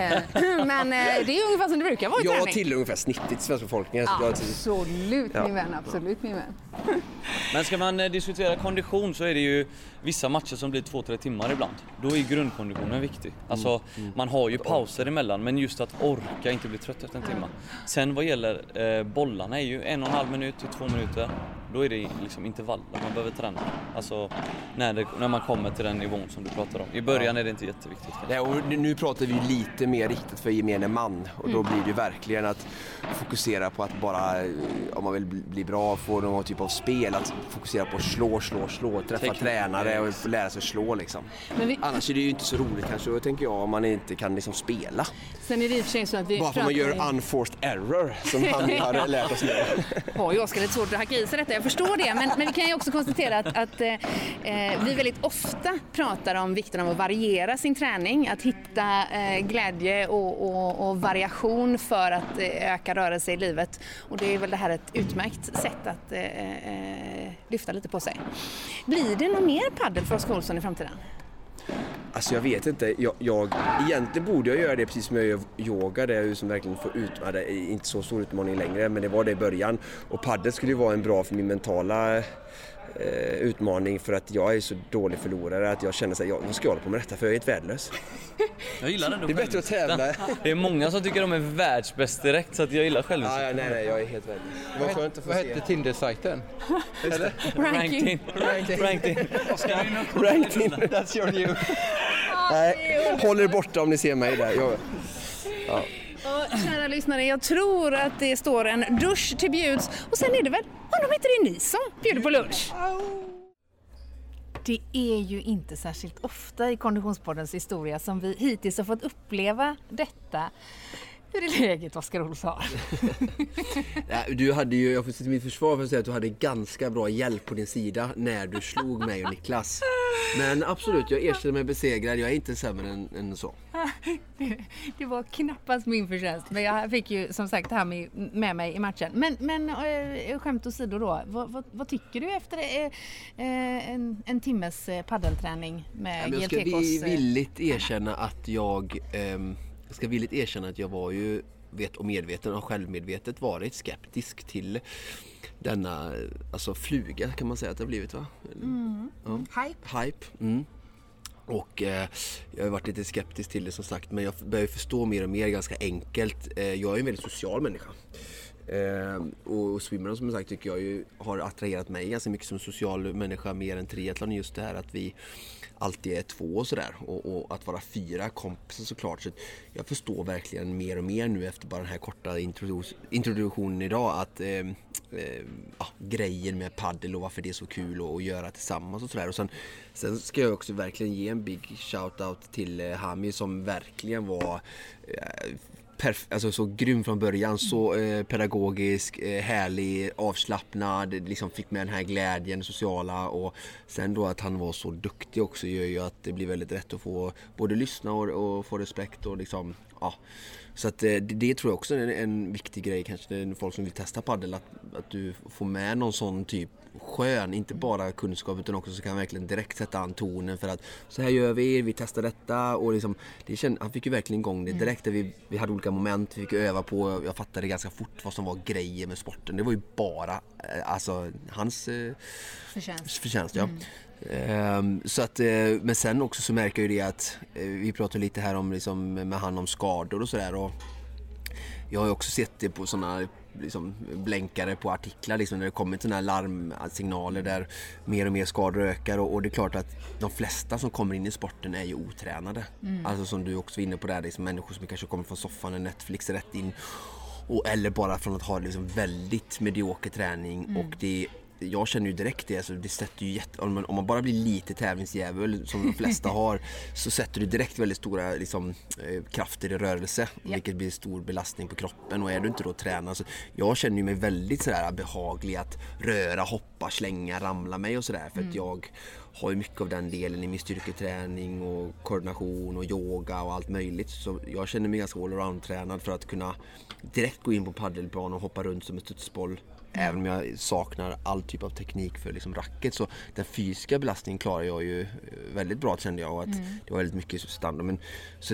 D: Men det är ungefär som det brukar vara i
C: jag
D: träning.
C: till ungefär snittigt i svenska befolkningen. Så
D: Absolut,
C: Ja.
D: min vän, absolut min vän.
B: Men ska man eh, diskutera kondition så är det ju vissa matcher som blir två tre timmar ibland. Då är grundkonditionen viktig. Alltså man har ju pauser emellan, men just att orka inte bli trött efter en timme. Sen vad gäller eh, bollarna är ju en och en halv minut till två minuter. Då är det liksom intervaller man behöver träna. Alltså när, det, när man kommer till den nivån som du pratar om. I början är det inte jätteviktigt.
C: Nej, och nu pratar vi lite mer riktigt för gemene man och då blir det verkligen att fokusera på att bara, om man vill bli bra, få någon typ av spel, att fokusera på att slå, slå, slå, träffa
B: Teknik.
C: tränare och få lära sig slå liksom.
D: Men vi,
C: Annars är det ju inte så roligt kanske, tänker jag, om man inte kan liksom spela.
D: sen är det i och för sig så att vi
C: Bara för att man gör unforced error som han har lärt oss nu.
D: har ju Oskar lite svårt att hacka i sig detta, jag förstår det, men, men vi kan ju också konstatera att, att eh, vi väldigt ofta pratar om vikten av att variera sin träning, att hitta eh, glädje och, och, och variation för att eh, öka rörelse i livet, och det är väl det här ett utmärkt sätt att eh, eh, lyfta lite på sig. Blir det någon mer paddel för Oskar Olsson i framtiden?
C: Alltså jag vet inte, jag, jag, egentligen borde jag göra det precis som jag gör yoga, där jag ju som verkligen får ut, ja, det är inte så stor utmaning längre, men det var det i början. Och paddel skulle ju vara en bra för min mentala eh, utmaning, för att jag är så dålig förlorare att jag känner så här, jag, vad ska jag hålla på med detta, för jag är inte värdelös.
B: Jag gillar den.
C: Det är bättre att tävla.
B: Det är många som tycker de är världsbäst direkt, så att jag gillar själv.
C: Ja, ja, nej, nej, jag är helt värdelös. Det var skönt att få
E: Vad
C: se.
E: hette Tinder-sajten? Eller?
D: Ranking.
B: Ranked in. Ranked in. Oscar.
C: Ranked in.
E: That's your new.
C: Nej, håll er borta om ni ser mig där. Jag, ja.
D: Och kära lyssnare, jag tror att det står en dusch till bjuds, och sen är det väl, undrar inte det är ni som bjuder på lunch. Det är ju inte särskilt ofta i Konditionspoddens historia som vi hittills har fått uppleva detta. Hur är läget, Oskar Olsson?
C: Ja, du hade ju, jag får säga till mitt försvar för att säga att du hade ganska bra hjälp på din sida när du slog mig och Niklas. Men absolut, jag erkänner mig besegrad. Jag är inte sämre än, än så.
D: Det, det var knappast min förtjänst, men jag fick ju som sagt det här med, med mig i matchen. Men, men äh, skämt åsido då, vad, vad, vad tycker du efter äh, en, en timmes paddelträning med
C: ja,
D: G L T K:s?
C: Jag ska villigt erkänna att jag, ähm, jag ska villigt erkänna att jag var ju vet och medveten och självmedvetet varit skeptisk till denna, alltså fluga kan man säga att det har blivit, va?
D: Mm.
C: Ja.
D: Hype.
C: Hype. Mm. Och eh, jag har varit lite skeptisk till det som sagt, men jag börjar förstå mer och mer ganska enkelt. Eh, jag är en väldigt social människa. Eh, och swimrun som sagt tycker jag ju har attraherat mig ganska mycket som social människa mer än triathlon, just det här att vi alltid är två och sådär, och, och att vara fyra kompisar såklart. Så jag förstår verkligen mer och mer nu efter bara den här korta introdu- introduktionen idag att eh, eh, ja, grejen med paddel och varför det är så kul att göra tillsammans och sådär. Och sen, sen ska jag också verkligen ge en big shout-out till eh, Hami som verkligen var eh, Perf- alltså så grym från början, så eh, pedagogisk, eh, härlig, avslappnad, liksom fick med den här glädjen, sociala, och sen då att han var så duktig också gör ju att det blir väldigt rätt att få både lyssna och, och få respekt och liksom, ja. Så att eh, det, det tror jag också är en, en viktig grej kanske när folk som vill testa paddel, att, att du får med någon sån typ skön, inte bara kunskap utan också så kan verkligen direkt sätta an tonen för att så här gör vi, vi testar detta, och liksom, det känd, han fick ju verkligen igång det direkt. Där vi, vi hade olika moment, vi fick öva på, jag fattade ganska fort vad som var grejer med sporten. Det var ju bara eh, alltså hans eh,
D: Förtjänst.
C: förtjänst ja. Mm. Um, så att, uh, men sen också så märker jag ju det att uh, vi pratar lite här om liksom, med han om skador och sådär, och jag har ju också sett det på sådana liksom, blänkare på artiklar liksom, när det kommer till sådana här larmsignaler där mer och mer skador ökar, och, och det är klart att de flesta som kommer in i sporten är ju otränade. Mm. Alltså som du också var inne på där, det är som människor som kanske kommer från soffan och Netflix rätt in. Och, eller bara från att ha liksom väldigt medioker träning mm. och det jag känner ju direkt det, alltså det sätter ju jätte, om, man, om man bara blir lite tävlingsdjävul som de flesta har, så sätter du direkt väldigt stora liksom, eh, krafter i rörelse, ja. Vilket blir stor belastning på kroppen, och är du inte då tränad så jag känner ju mig väldigt sådär behaglig att röra, hoppa, slänga, ramla mig och sådär, för mm. att jag har ju mycket av den delen i min styrketräning och koordination och yoga och allt möjligt, så jag känner mig ganska allround-tränad för att kunna direkt gå in på paddelplan och hoppa runt som en studsboll. Mm. Även om jag saknar all typ av teknik för liksom racket, så den fysiska belastningen klarar jag ju väldigt bra, kände jag, och att mm. det var väldigt mycket standard. Men, så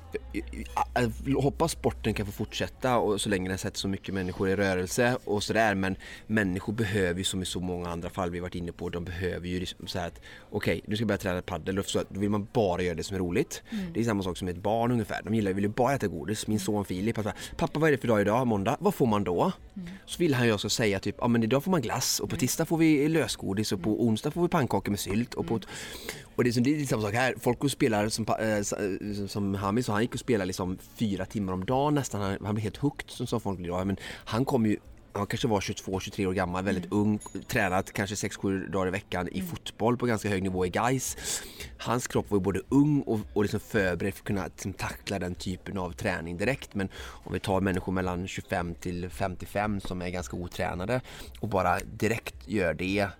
C: jag hoppas sporten kan få fortsätta och så länge den sätter så mycket människor i rörelse och sådär, men människor behöver ju, som i så många andra fall vi varit inne på, de behöver ju så här att okej, okay, du ska börja träna paddel, och så då vill man bara göra det som är roligt. Mm. Det är samma sak som ett barn ungefär, de gillar, vill ju bara äta godis. Min son Filip, pappa, pappa vad är det för dag idag, måndag, vad får man då? Mm. Så vill han ju också säga typ, ja men idag får man glass, och på tisdag får vi lösgodis, och på onsdag får vi pannkakor med sylt, och på och det är, som, det är samma sak här, folk och spelar som, äh, som Hami, så han gick och spelade liksom fyra timmar om dagen nästan, han, han blev helt hooked som, som folk blir då. Men han kom ju, han kanske var tjugotvå tjugotre år gammal, väldigt mm. ung, tränat kanske sex sju dagar i veckan mm. i fotboll på ganska hög nivå i Gais. Hans kropp var ju både ung och, och liksom förberedd för att kunna liksom, tackla den typen av träning direkt. Men om vi tar människor mellan tjugofem till femtiofem som är ganska otränade och bara direkt gör det,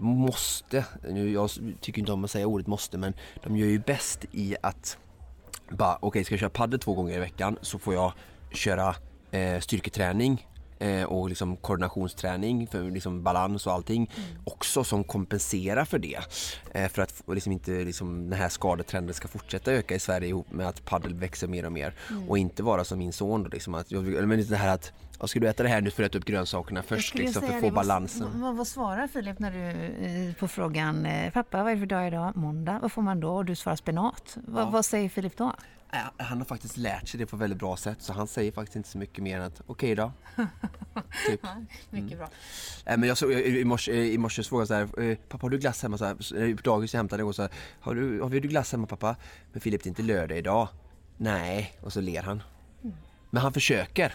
C: måste, nu jag tycker inte om att säga ordet måste, men de gör ju bäst i att bara, okej, okay, ska jag köra paddel två gånger i veckan, så får jag köra eh, styrketräning eh, och liksom koordinationsträning för liksom balans och allting mm. också som kompenserar för det, eh, för att liksom inte liksom, den här skadetrenden ska fortsätta öka i Sverige ihop med att paddel växer mer och mer mm. och inte vara som min son då, liksom, att, men det här att och ska du äta det här nu för att äta upp grönsakerna först liksom, för att få det, balansen.
F: Vad, vad, vad svarar Filip när du på frågan pappa, vad är det för dag idag? Måndag. Vad får man då? Och du svarar spenat. Ja. Vad, vad säger Filip då?
C: Han har faktiskt lärt sig det på väldigt bra sätt, så han säger faktiskt inte så mycket mer än att okej okay då. Typ.
F: Ja, mycket bra.
C: Mm. Men jag såg i morse, i morse frågade så här, pappa har du glass hemma? Så här, på dagis jag hämtade och så här, har du, har vi du glass hemma pappa? Men Filip, det är inte lördag idag. Nej, och så ler han. Mm. Men han försöker.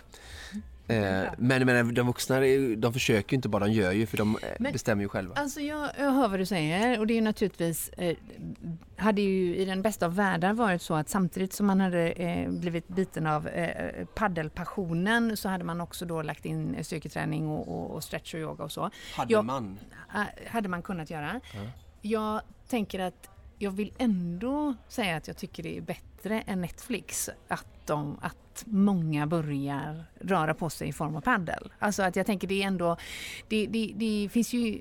C: Eh, men, men de vuxna, de försöker ju inte bara, de gör ju, för de men, bestämmer ju själva.
F: Alltså jag, jag hör vad du säger, och det är ju naturligtvis eh, hade ju i den bästa av världar varit så att samtidigt som man hade eh, blivit biten av eh, paddelpassionen, så hade man också då lagt in styrketräning och, och, och stretch och yoga och så.
C: Hade jag, man?
F: Äh, hade man kunnat göra. Mm. Jag tänker att jag vill ändå säga att jag tycker det är bättre än Netflix att, de, att många börjar röra på sig i form av paddel. Alltså att jag tänker det är ändå, det, det, det finns ju,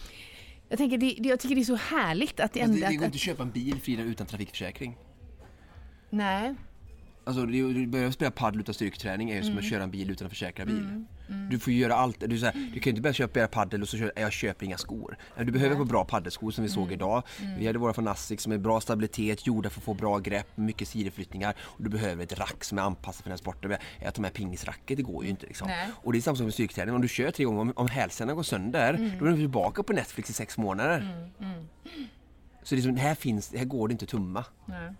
F: jag tänker det, det, jag tycker det är så härligt att det ändå...
C: Det, det går
F: att,
C: inte att köpa en bil Frida utan trafikförsäkring.
F: Nej.
C: Alltså du börjar spela paddel utan styrketräning är ju som mm. att köra en bil utan att försäkra bil. Mm. Mm. Du får ju göra allt. Du, så här, du kan ju inte börja köpa paddel och så köra, jag köper inga skor. Du behöver på bra paddelskor som vi såg mm. idag. Mm. Vi hade våra från Asics som är bra stabilitet, gjorda för att få bra grepp, mycket sidoflyttningar. Och du behöver ett rack som är anpassat för den sporten. Att de här pingisracket, det går ju inte liksom. Nej. Och det är samma som med styrketräning. Om du kör tre gånger, om, om hälsenan går sönder, mm. då är du tillbaka på Netflix i sex månader. Mm. Mm. Så det är som, här, finns, här går det inte tumma.
F: Nej.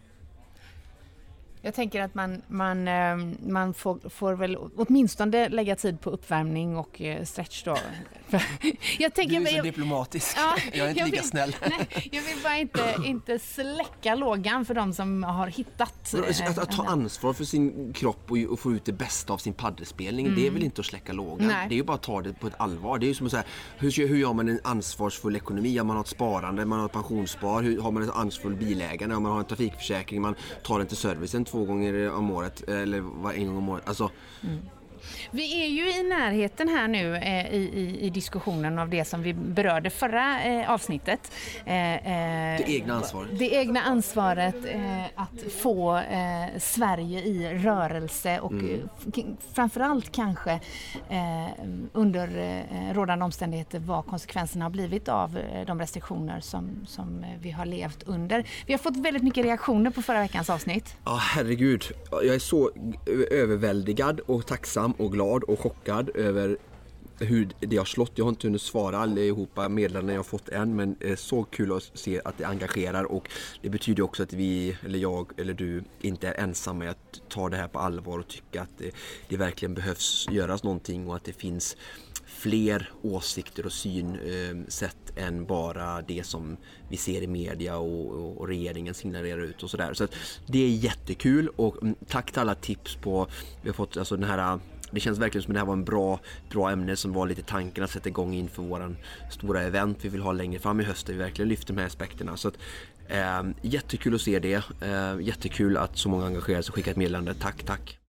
F: Jag tänker att man, man, man får, får väl åtminstone lägga tid på uppvärmning och stretch då. Jag tänker,
C: du är så
F: jag,
C: diplomatisk.
F: Ja,
C: jag är inte
F: jag
C: lika
F: vill,
C: snäll.
F: Nej, jag vill bara inte, inte släcka lågan för de som har hittat.
C: Att, att ta ansvar för sin kropp och, och få ut det bästa av sin paddelspelning, mm. det är väl inte att släcka lågan. Nej. Det är ju bara att ta det på ett allvar. Det är ju som att säga, hur, hur gör man en ansvarsfull ekonomi? Om man har ett sparande, man har ett pensionsspar, hur har man en ansvarsfull bilägare, om man har en trafikförsäkring, man tar den till servicen två gånger om året eller var en gång om året. Alltså...
F: Mm. Vi är ju i närheten här nu eh, i, i diskussionen av det som vi berörde förra eh, avsnittet. Eh, eh,
C: det egna ansvaret.
F: Det egna ansvaret eh, att få eh, Sverige i rörelse och mm. f- framförallt kanske eh, under eh, rådande omständigheter vad konsekvenserna har blivit av eh, de restriktioner som, som vi har levt under. Vi har fått väldigt mycket reaktioner på förra veckans avsnitt.
C: Ja, herregud. Jag är så överväldigad och tacksam och glad och chockad över hur det har slått. Jag har inte hunnit svara allihopa meddelandena jag har fått än, men eh, så kul att se att det engagerar, och det betyder också att vi, eller jag eller du, inte är ensamma med att ta det här på allvar och tycka att det, det verkligen behövs göras någonting och att det finns fler åsikter och synsätt eh, än bara det som vi ser i media och, och, och regeringen signalerar ut och sådär. Så att det är jättekul, och mm, tack till alla tips på, vi har fått alltså den här, det känns verkligen som att det här var en bra, bra ämne som var lite tanken att sätta igång inför våran stora event vi vill ha längre fram i höst, där vi verkligen lyfter de här aspekterna. Så att, eh, jättekul att se det, eh, jättekul att så många engagerar sig och skickar ett meddelande. Tack, tack!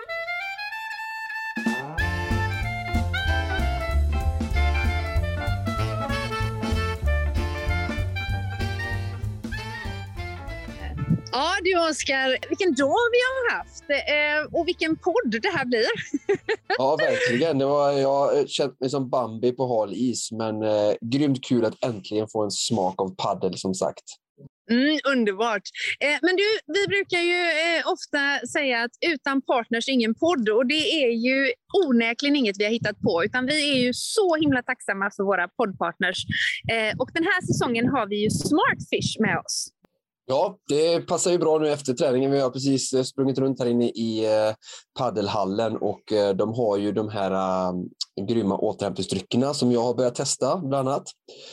D: Ja du Oskar, vilken dag vi har haft eh, och vilken podd det här blir.
G: Ja, verkligen. Det var, jag har känt mig som Bambi på hal is, men eh, grymt kul att äntligen få en smak av paddel, som sagt.
D: Mm, underbart. Eh, men du, vi brukar ju eh, ofta säga att utan partners ingen podd, och det är ju onekligen inget vi har hittat på, utan vi är ju så himla tacksamma för våra poddpartners. Eh, och den här säsongen har vi ju Smartfish med oss.
G: Ja, det passar ju bra nu efter träningen. Vi har precis sprungit runt här inne i eh, paddelhallen, och eh, de har ju de här eh, grymma återhämtningsdryckerna som jag har börjat testa bland annat.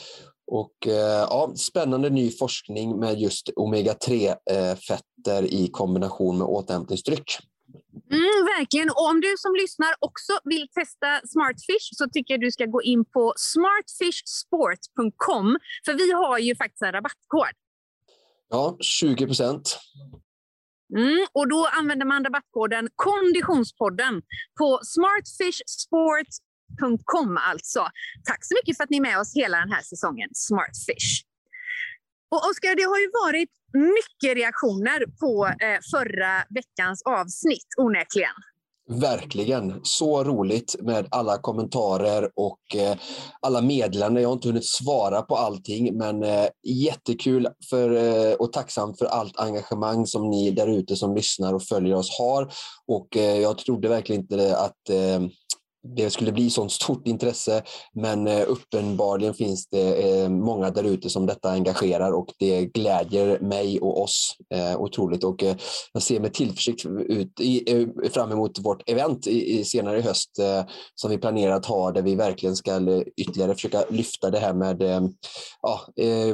G: Och eh, ja, spännande ny forskning med just omega tre eh, fetter i kombination med återhämtningsdryck.
D: Mm, verkligen. Och om du som lyssnar också vill testa Smartfish, så tycker jag du ska gå in på smartfish sport punkt com, för vi har ju faktiskt en rabattkod.
G: Ja, tjugo procent.
D: Mm, och då använder man rabattkoden Konditionspodden på smartfish sport punkt com alltså. Tack så mycket för att ni är med oss hela den här säsongen, Smartfish. Och Oskar, det har ju varit mycket reaktioner på eh, förra veckans avsnitt, onekligen.
G: Verkligen. Så roligt med alla kommentarer och eh, alla meddelanden. Jag har inte hunnit svara på allting, men eh, jättekul för, eh, och tacksam för allt engagemang som ni där ute som lyssnar och följer oss har. Och eh, jag trodde verkligen inte att eh, det skulle bli sånt stort intresse, men eh, uppenbarligen finns det eh, många där ute som detta engagerar, och det glädjer mig och oss eh, otroligt, och eh, jag ser med tillförsikt ut i, eh, fram emot vårt event i, i senare i höst eh, som vi planerar att ha, där vi verkligen ska eh, ytterligare försöka lyfta det här med eh, ja,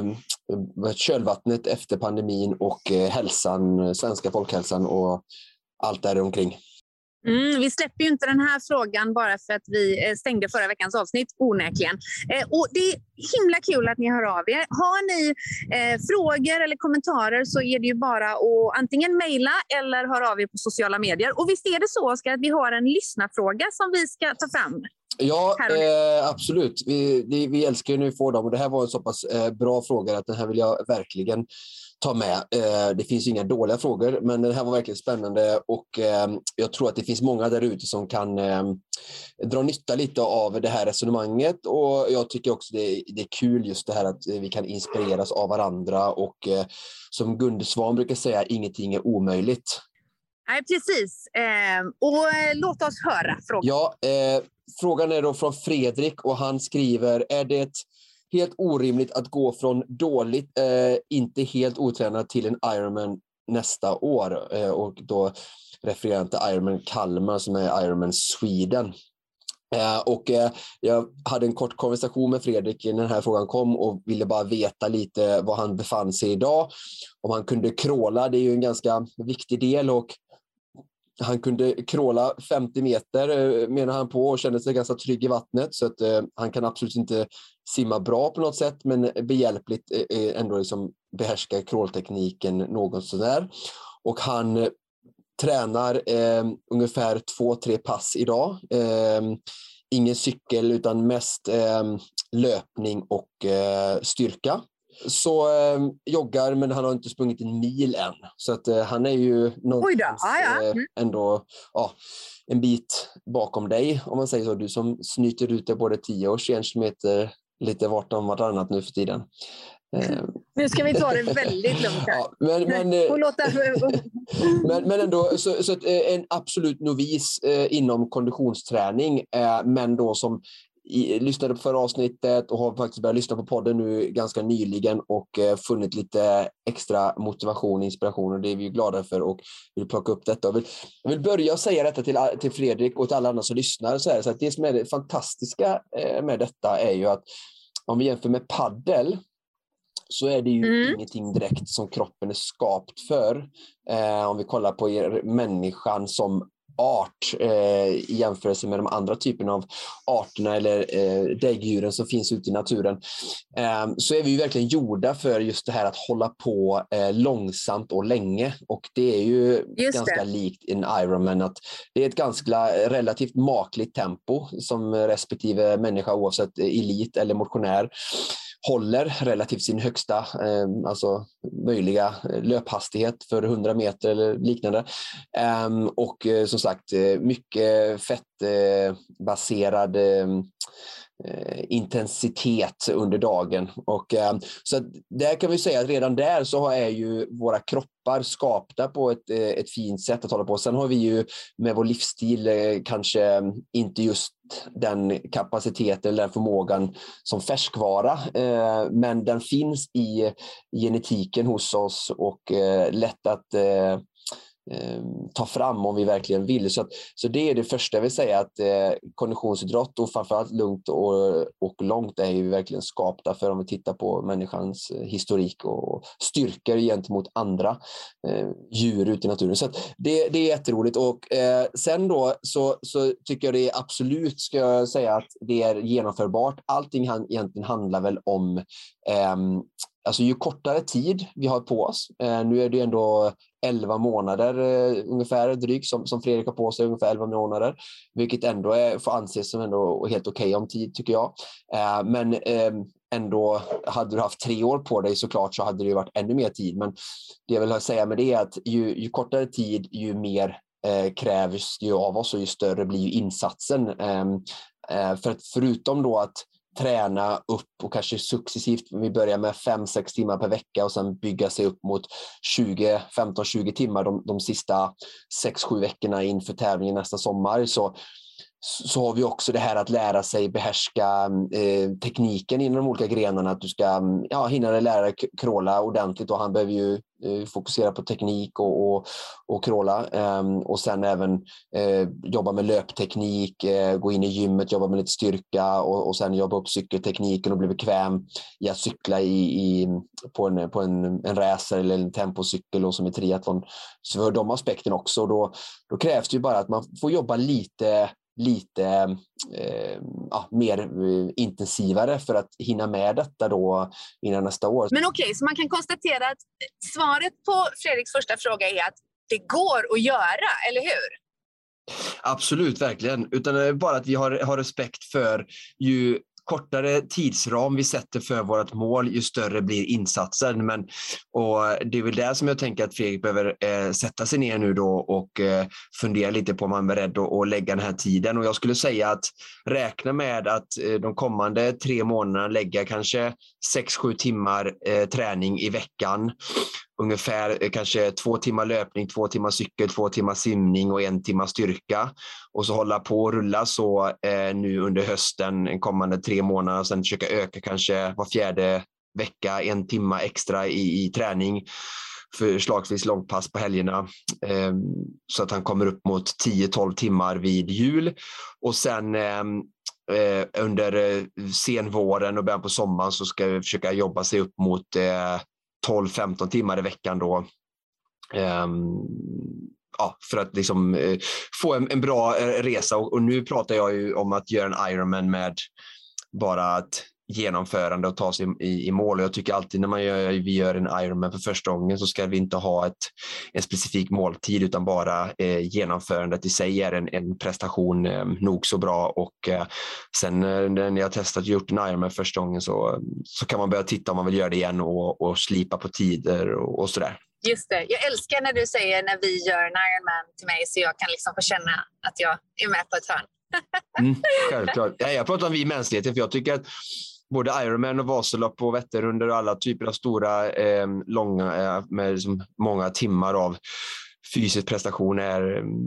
G: eh, kölvattnet efter pandemin och eh, hälsan, svenska folkhälsan och allt där omkring.
D: Mm, vi släpper ju inte den här frågan bara för att vi stängde förra veckans avsnitt, onekligen. Eh, och det är himla kul att ni hör av er. Har ni eh, frågor eller kommentarer, så är det ju bara att antingen mejla eller höra av er på sociala medier. Och visst är det så, Oskar, att vi har en lyssnarfråga som vi ska ta fram?
G: Ja, eh, absolut. Vi, det, vi älskar ju när vi får dem, och det här var en så pass eh, bra fråga att den här vill jag verkligen ta med. Eh, det finns inga dåliga frågor, men den här var verkligen spännande, och eh, jag tror att det finns många där ute som kan eh, dra nytta lite av det här resonemanget, och jag tycker också det, det är kul just det här att vi kan inspireras av varandra, och eh, som Gunde Svan brukar säga, ingenting är omöjligt.
D: Nej, precis. Eh, och eh, låt oss höra frågan.
G: Ja, eh, frågan är då från Fredrik, och han skriver: är det helt orimligt att gå från dåligt, eh, inte helt otränad till en Ironman nästa år? Eh, och då refererar han till Ironman Kalmar som är Ironman Sweden. Eh, och eh, jag hade en kort konversation med Fredrik när den här frågan kom, och ville bara veta lite var han befann sig idag. Om han kunde kråla, det är ju en ganska viktig del, och han kunde kråla femtio meter menar han på, och kände sig ganska trygg i vattnet, så att eh, han kan absolut inte simma bra på något sätt, men behjälpligt eh, ändå liksom behärska kråltekniken något sådär. Och han eh, tränar eh, ungefär två, tre pass idag. Eh, ingen cykel utan mest eh, löpning och eh, styrka. Så eh, joggar, men han har inte sprungit en mil än. Så att eh, han är ju någonstans
D: ah, ja. mm.
G: eh, ändå ja, en bit bakom dig, om man säger så. Du som snyter ut det både tio och tjugo kilometer lite vart om vartannat nu för tiden. Eh.
D: Nu ska vi ta det väldigt lugnt här.
G: Ja, men, men,
D: låta...
G: men, men ändå, så, så att, en absolut novis eh, inom konditionsträning, eh, men då som i, lyssnade på förra avsnittet och har faktiskt börjat lyssna på podden nu ganska nyligen och eh, funnit lite extra motivation och inspiration, och det är vi ju glada för och vill plocka upp detta. Jag vill, jag vill börja och säga detta till, till Fredrik och till alla andra som lyssnar. Så, här, så att det som är det fantastiska eh, med detta är ju att om vi jämför med paddel, så är det ju mm. ingenting direkt som kroppen är skapt för. Eh, om vi kollar på er, människan som art eh, i jämförelse med de andra typerna av arterna eller eh, däggdjuren som finns ute i naturen, eh, så är vi ju verkligen gjorda för just det här att hålla på eh, långsamt och länge, och det är ju just ganska det. Likt en Ironman, att det är ett ganska relativt makligt tempo som respektive människa, oavsett elit eller motionär, håller relativt sin högsta eh, alltså möjliga löphastighet för hundra meter eller liknande. Eh, och eh, som sagt, mycket fettbaserad eh, eh, intensitet under dagen. Och, eh, så där kan vi säga att redan där så är ju våra kroppar skapta på ett, ett fint sätt att hålla på. Sen har vi ju med vår livsstil eh, kanske inte just den kapaciteten eller den förmågan som färskvara, eh, men den finns i genetiken hos oss och eh, lätt att eh, ta fram om vi verkligen vill. Så, att, så det är det första jag vill säga, att eh, konditionsidrott och framförallt lugnt och, och långt är ju verkligen skapta för, om vi tittar på människans historik och styrkor gentemot andra eh, djur ute i naturen. Så att det, det är jätteroligt. Och eh, sen då så, så tycker jag det är absolut, ska jag säga, att det är genomförbart. Allting han, egentligen handlar väl om eh, alltså ju kortare tid vi har på oss. Eh, nu är det ändå elva månader eh, ungefär drygt som, som Fredrik har på sig, ungefär elva månader, vilket ändå är, får anses som ändå helt okej okay om tid, tycker jag. Eh, men eh, ändå, hade du haft tre år på dig såklart, så hade det ju varit ännu mer tid. Men det jag vill säga med det är att ju, ju kortare tid, ju mer eh, krävs ju av oss, och ju större blir ju insatsen. Eh, eh, för att förutom då att träna upp och kanske successivt, vi börjar med fem sex timmar per vecka och sen bygga sig upp mot tjugo, femton tjugo timmar de, de sista sex sju veckorna inför tävlingen nästa sommar, så så har vi också det här att lära sig behärska eh, tekniken inom de olika grenarna, att du ska ja, hinna lära dig kråla ordentligt, och han behöver ju eh, fokusera på teknik och, och, och kråla, eh, och sen även eh, jobba med löpteknik, eh, gå in i gymmet, jobba med lite styrka, och, och sen jobba upp cykeltekniken och bli bekväm i att cykla i, i, på, en, på en, en racer eller en tempocykel, och som i triathlon. Så för de aspekterna också, då, då krävs det ju bara att man får jobba lite lite eh, ja, mer eh, intensivare för att hinna med detta då innan nästa år.
D: Men okej, okay, så man kan konstatera att svaret på Fredriks första fråga är att det går att göra, eller hur?
G: Absolut, verkligen. Utan bara att vi har, har respekt för ju kortare tidsram vi sätter för vårt mål, ju större blir insatsen. Men, och det är väl där som jag tänker att Fredrik behöver eh, sätta sig ner nu då och eh, fundera lite på om man är beredd att, att lägga den här tiden. Och jag skulle säga att räkna med att eh, de kommande tre månaderna lägga kanske sex sju timmar eh, träning i veckan. Ungefär eh, kanske två timmar löpning, två timmar cykel, två timmar simning och en timmar styrka. Och så hålla på och rulla så eh, nu under hösten, en kommande tre månader. Och sen försöka öka kanske var fjärde vecka, en timma extra i, i träning. Förslagsvis långpass på helgerna. Eh, så att han kommer upp mot tio tolv timmar vid jul. Och sen eh, eh, under eh, senvåren och början på sommaren så ska vi försöka jobba sig upp mot eh, tolv femton timmar i veckan då. Um, ja, för att liksom uh, få en, en bra uh, resa. Och, och nu pratar jag ju om att göra en Ironman med bara ett genomförande och ta sig i, i mål. Och jag tycker alltid när man gör, vi gör en Ironman för första gången, så ska vi inte ha ett, en specifik måltid, utan bara eh, genomförandet i sig är en, en prestation eh, nog så bra. Och eh, sen eh, när jag har testat och gjort en Ironman första gången, så, så kan man börja titta om man vill göra det igen och, och slipa på tider och, och sådär.
D: Just det. Jag älskar när du säger när vi gör en Ironman till mig, så jag kan liksom få känna att jag är med på ett hörn.
G: mm, självklart. Ja, jag pratar om vi i mänskligheten, för jag tycker att både Ironman och Vasalopp och Vätternrundor och alla typer av stora, eh, långa, eh, med liksom många timmar av fysisk prestation är,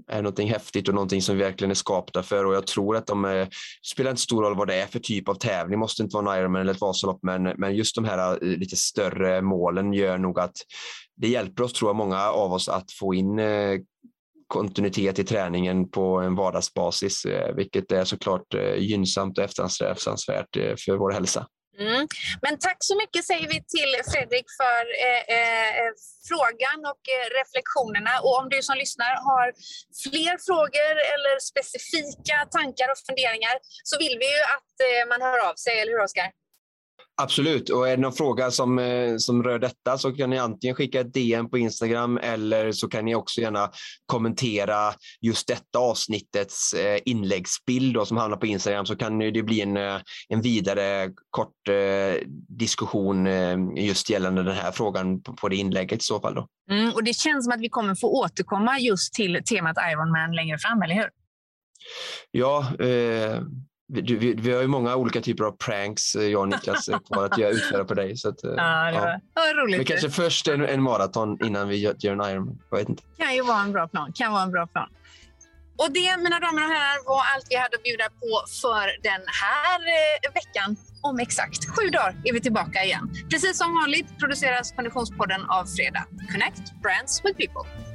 G: är någonting häftigt och någonting som vi verkligen är skapta för, och jag tror att de är, spelar inte stor roll vad det är för typ av tävling, det måste inte vara en Ironman eller ett Vasalopp, men, men just de här lite större målen gör nog att det hjälper oss, tror jag, många av oss att få in eh, kontinuitet i träningen på en vardagsbasis, eh, vilket är såklart eh, gynnsamt och eftersträvansvärt eh, för vår hälsa.
D: Mm. Men tack så mycket säger vi till Fredrik för eh, eh, frågan och eh, reflektionerna. Och om du som lyssnar har fler frågor eller specifika tankar och funderingar så vill vi ju att eh, man hör av sig, eller hur, Oskar?
G: Absolut, och är det någon fråga som, eh, som rör detta så kan ni antingen skicka ett D M på Instagram, eller så kan ni också gärna kommentera just detta avsnittets eh, inläggsbild då, som hamnar på Instagram, så kan det bli en, en vidare kort eh, diskussion eh, just gällande den här frågan på, på det inlägget i så fall då.
D: Mm, och det känns som att vi kommer få återkomma just till temat Ironman längre fram, eller hur?
G: Ja, eh, Vi, vi, vi har ju många olika typer av pranks, jag och Niklas, kvar att jag utföra på dig. Så att,
D: ja, det var, ja. var roligt.
G: Men kanske först en, en maraton innan vi gör, gör en Ironman. Jag vet inte.
D: Kan ju vara en bra plan. Kan vara en bra plan. Och det, mina damer och herrar, var allt vi hade att bjuda på för den här eh, veckan. Om exakt sju dagar är vi tillbaka igen. Precis som vanligt produceras Konditionspodden av Fredag. Connect Brands with People.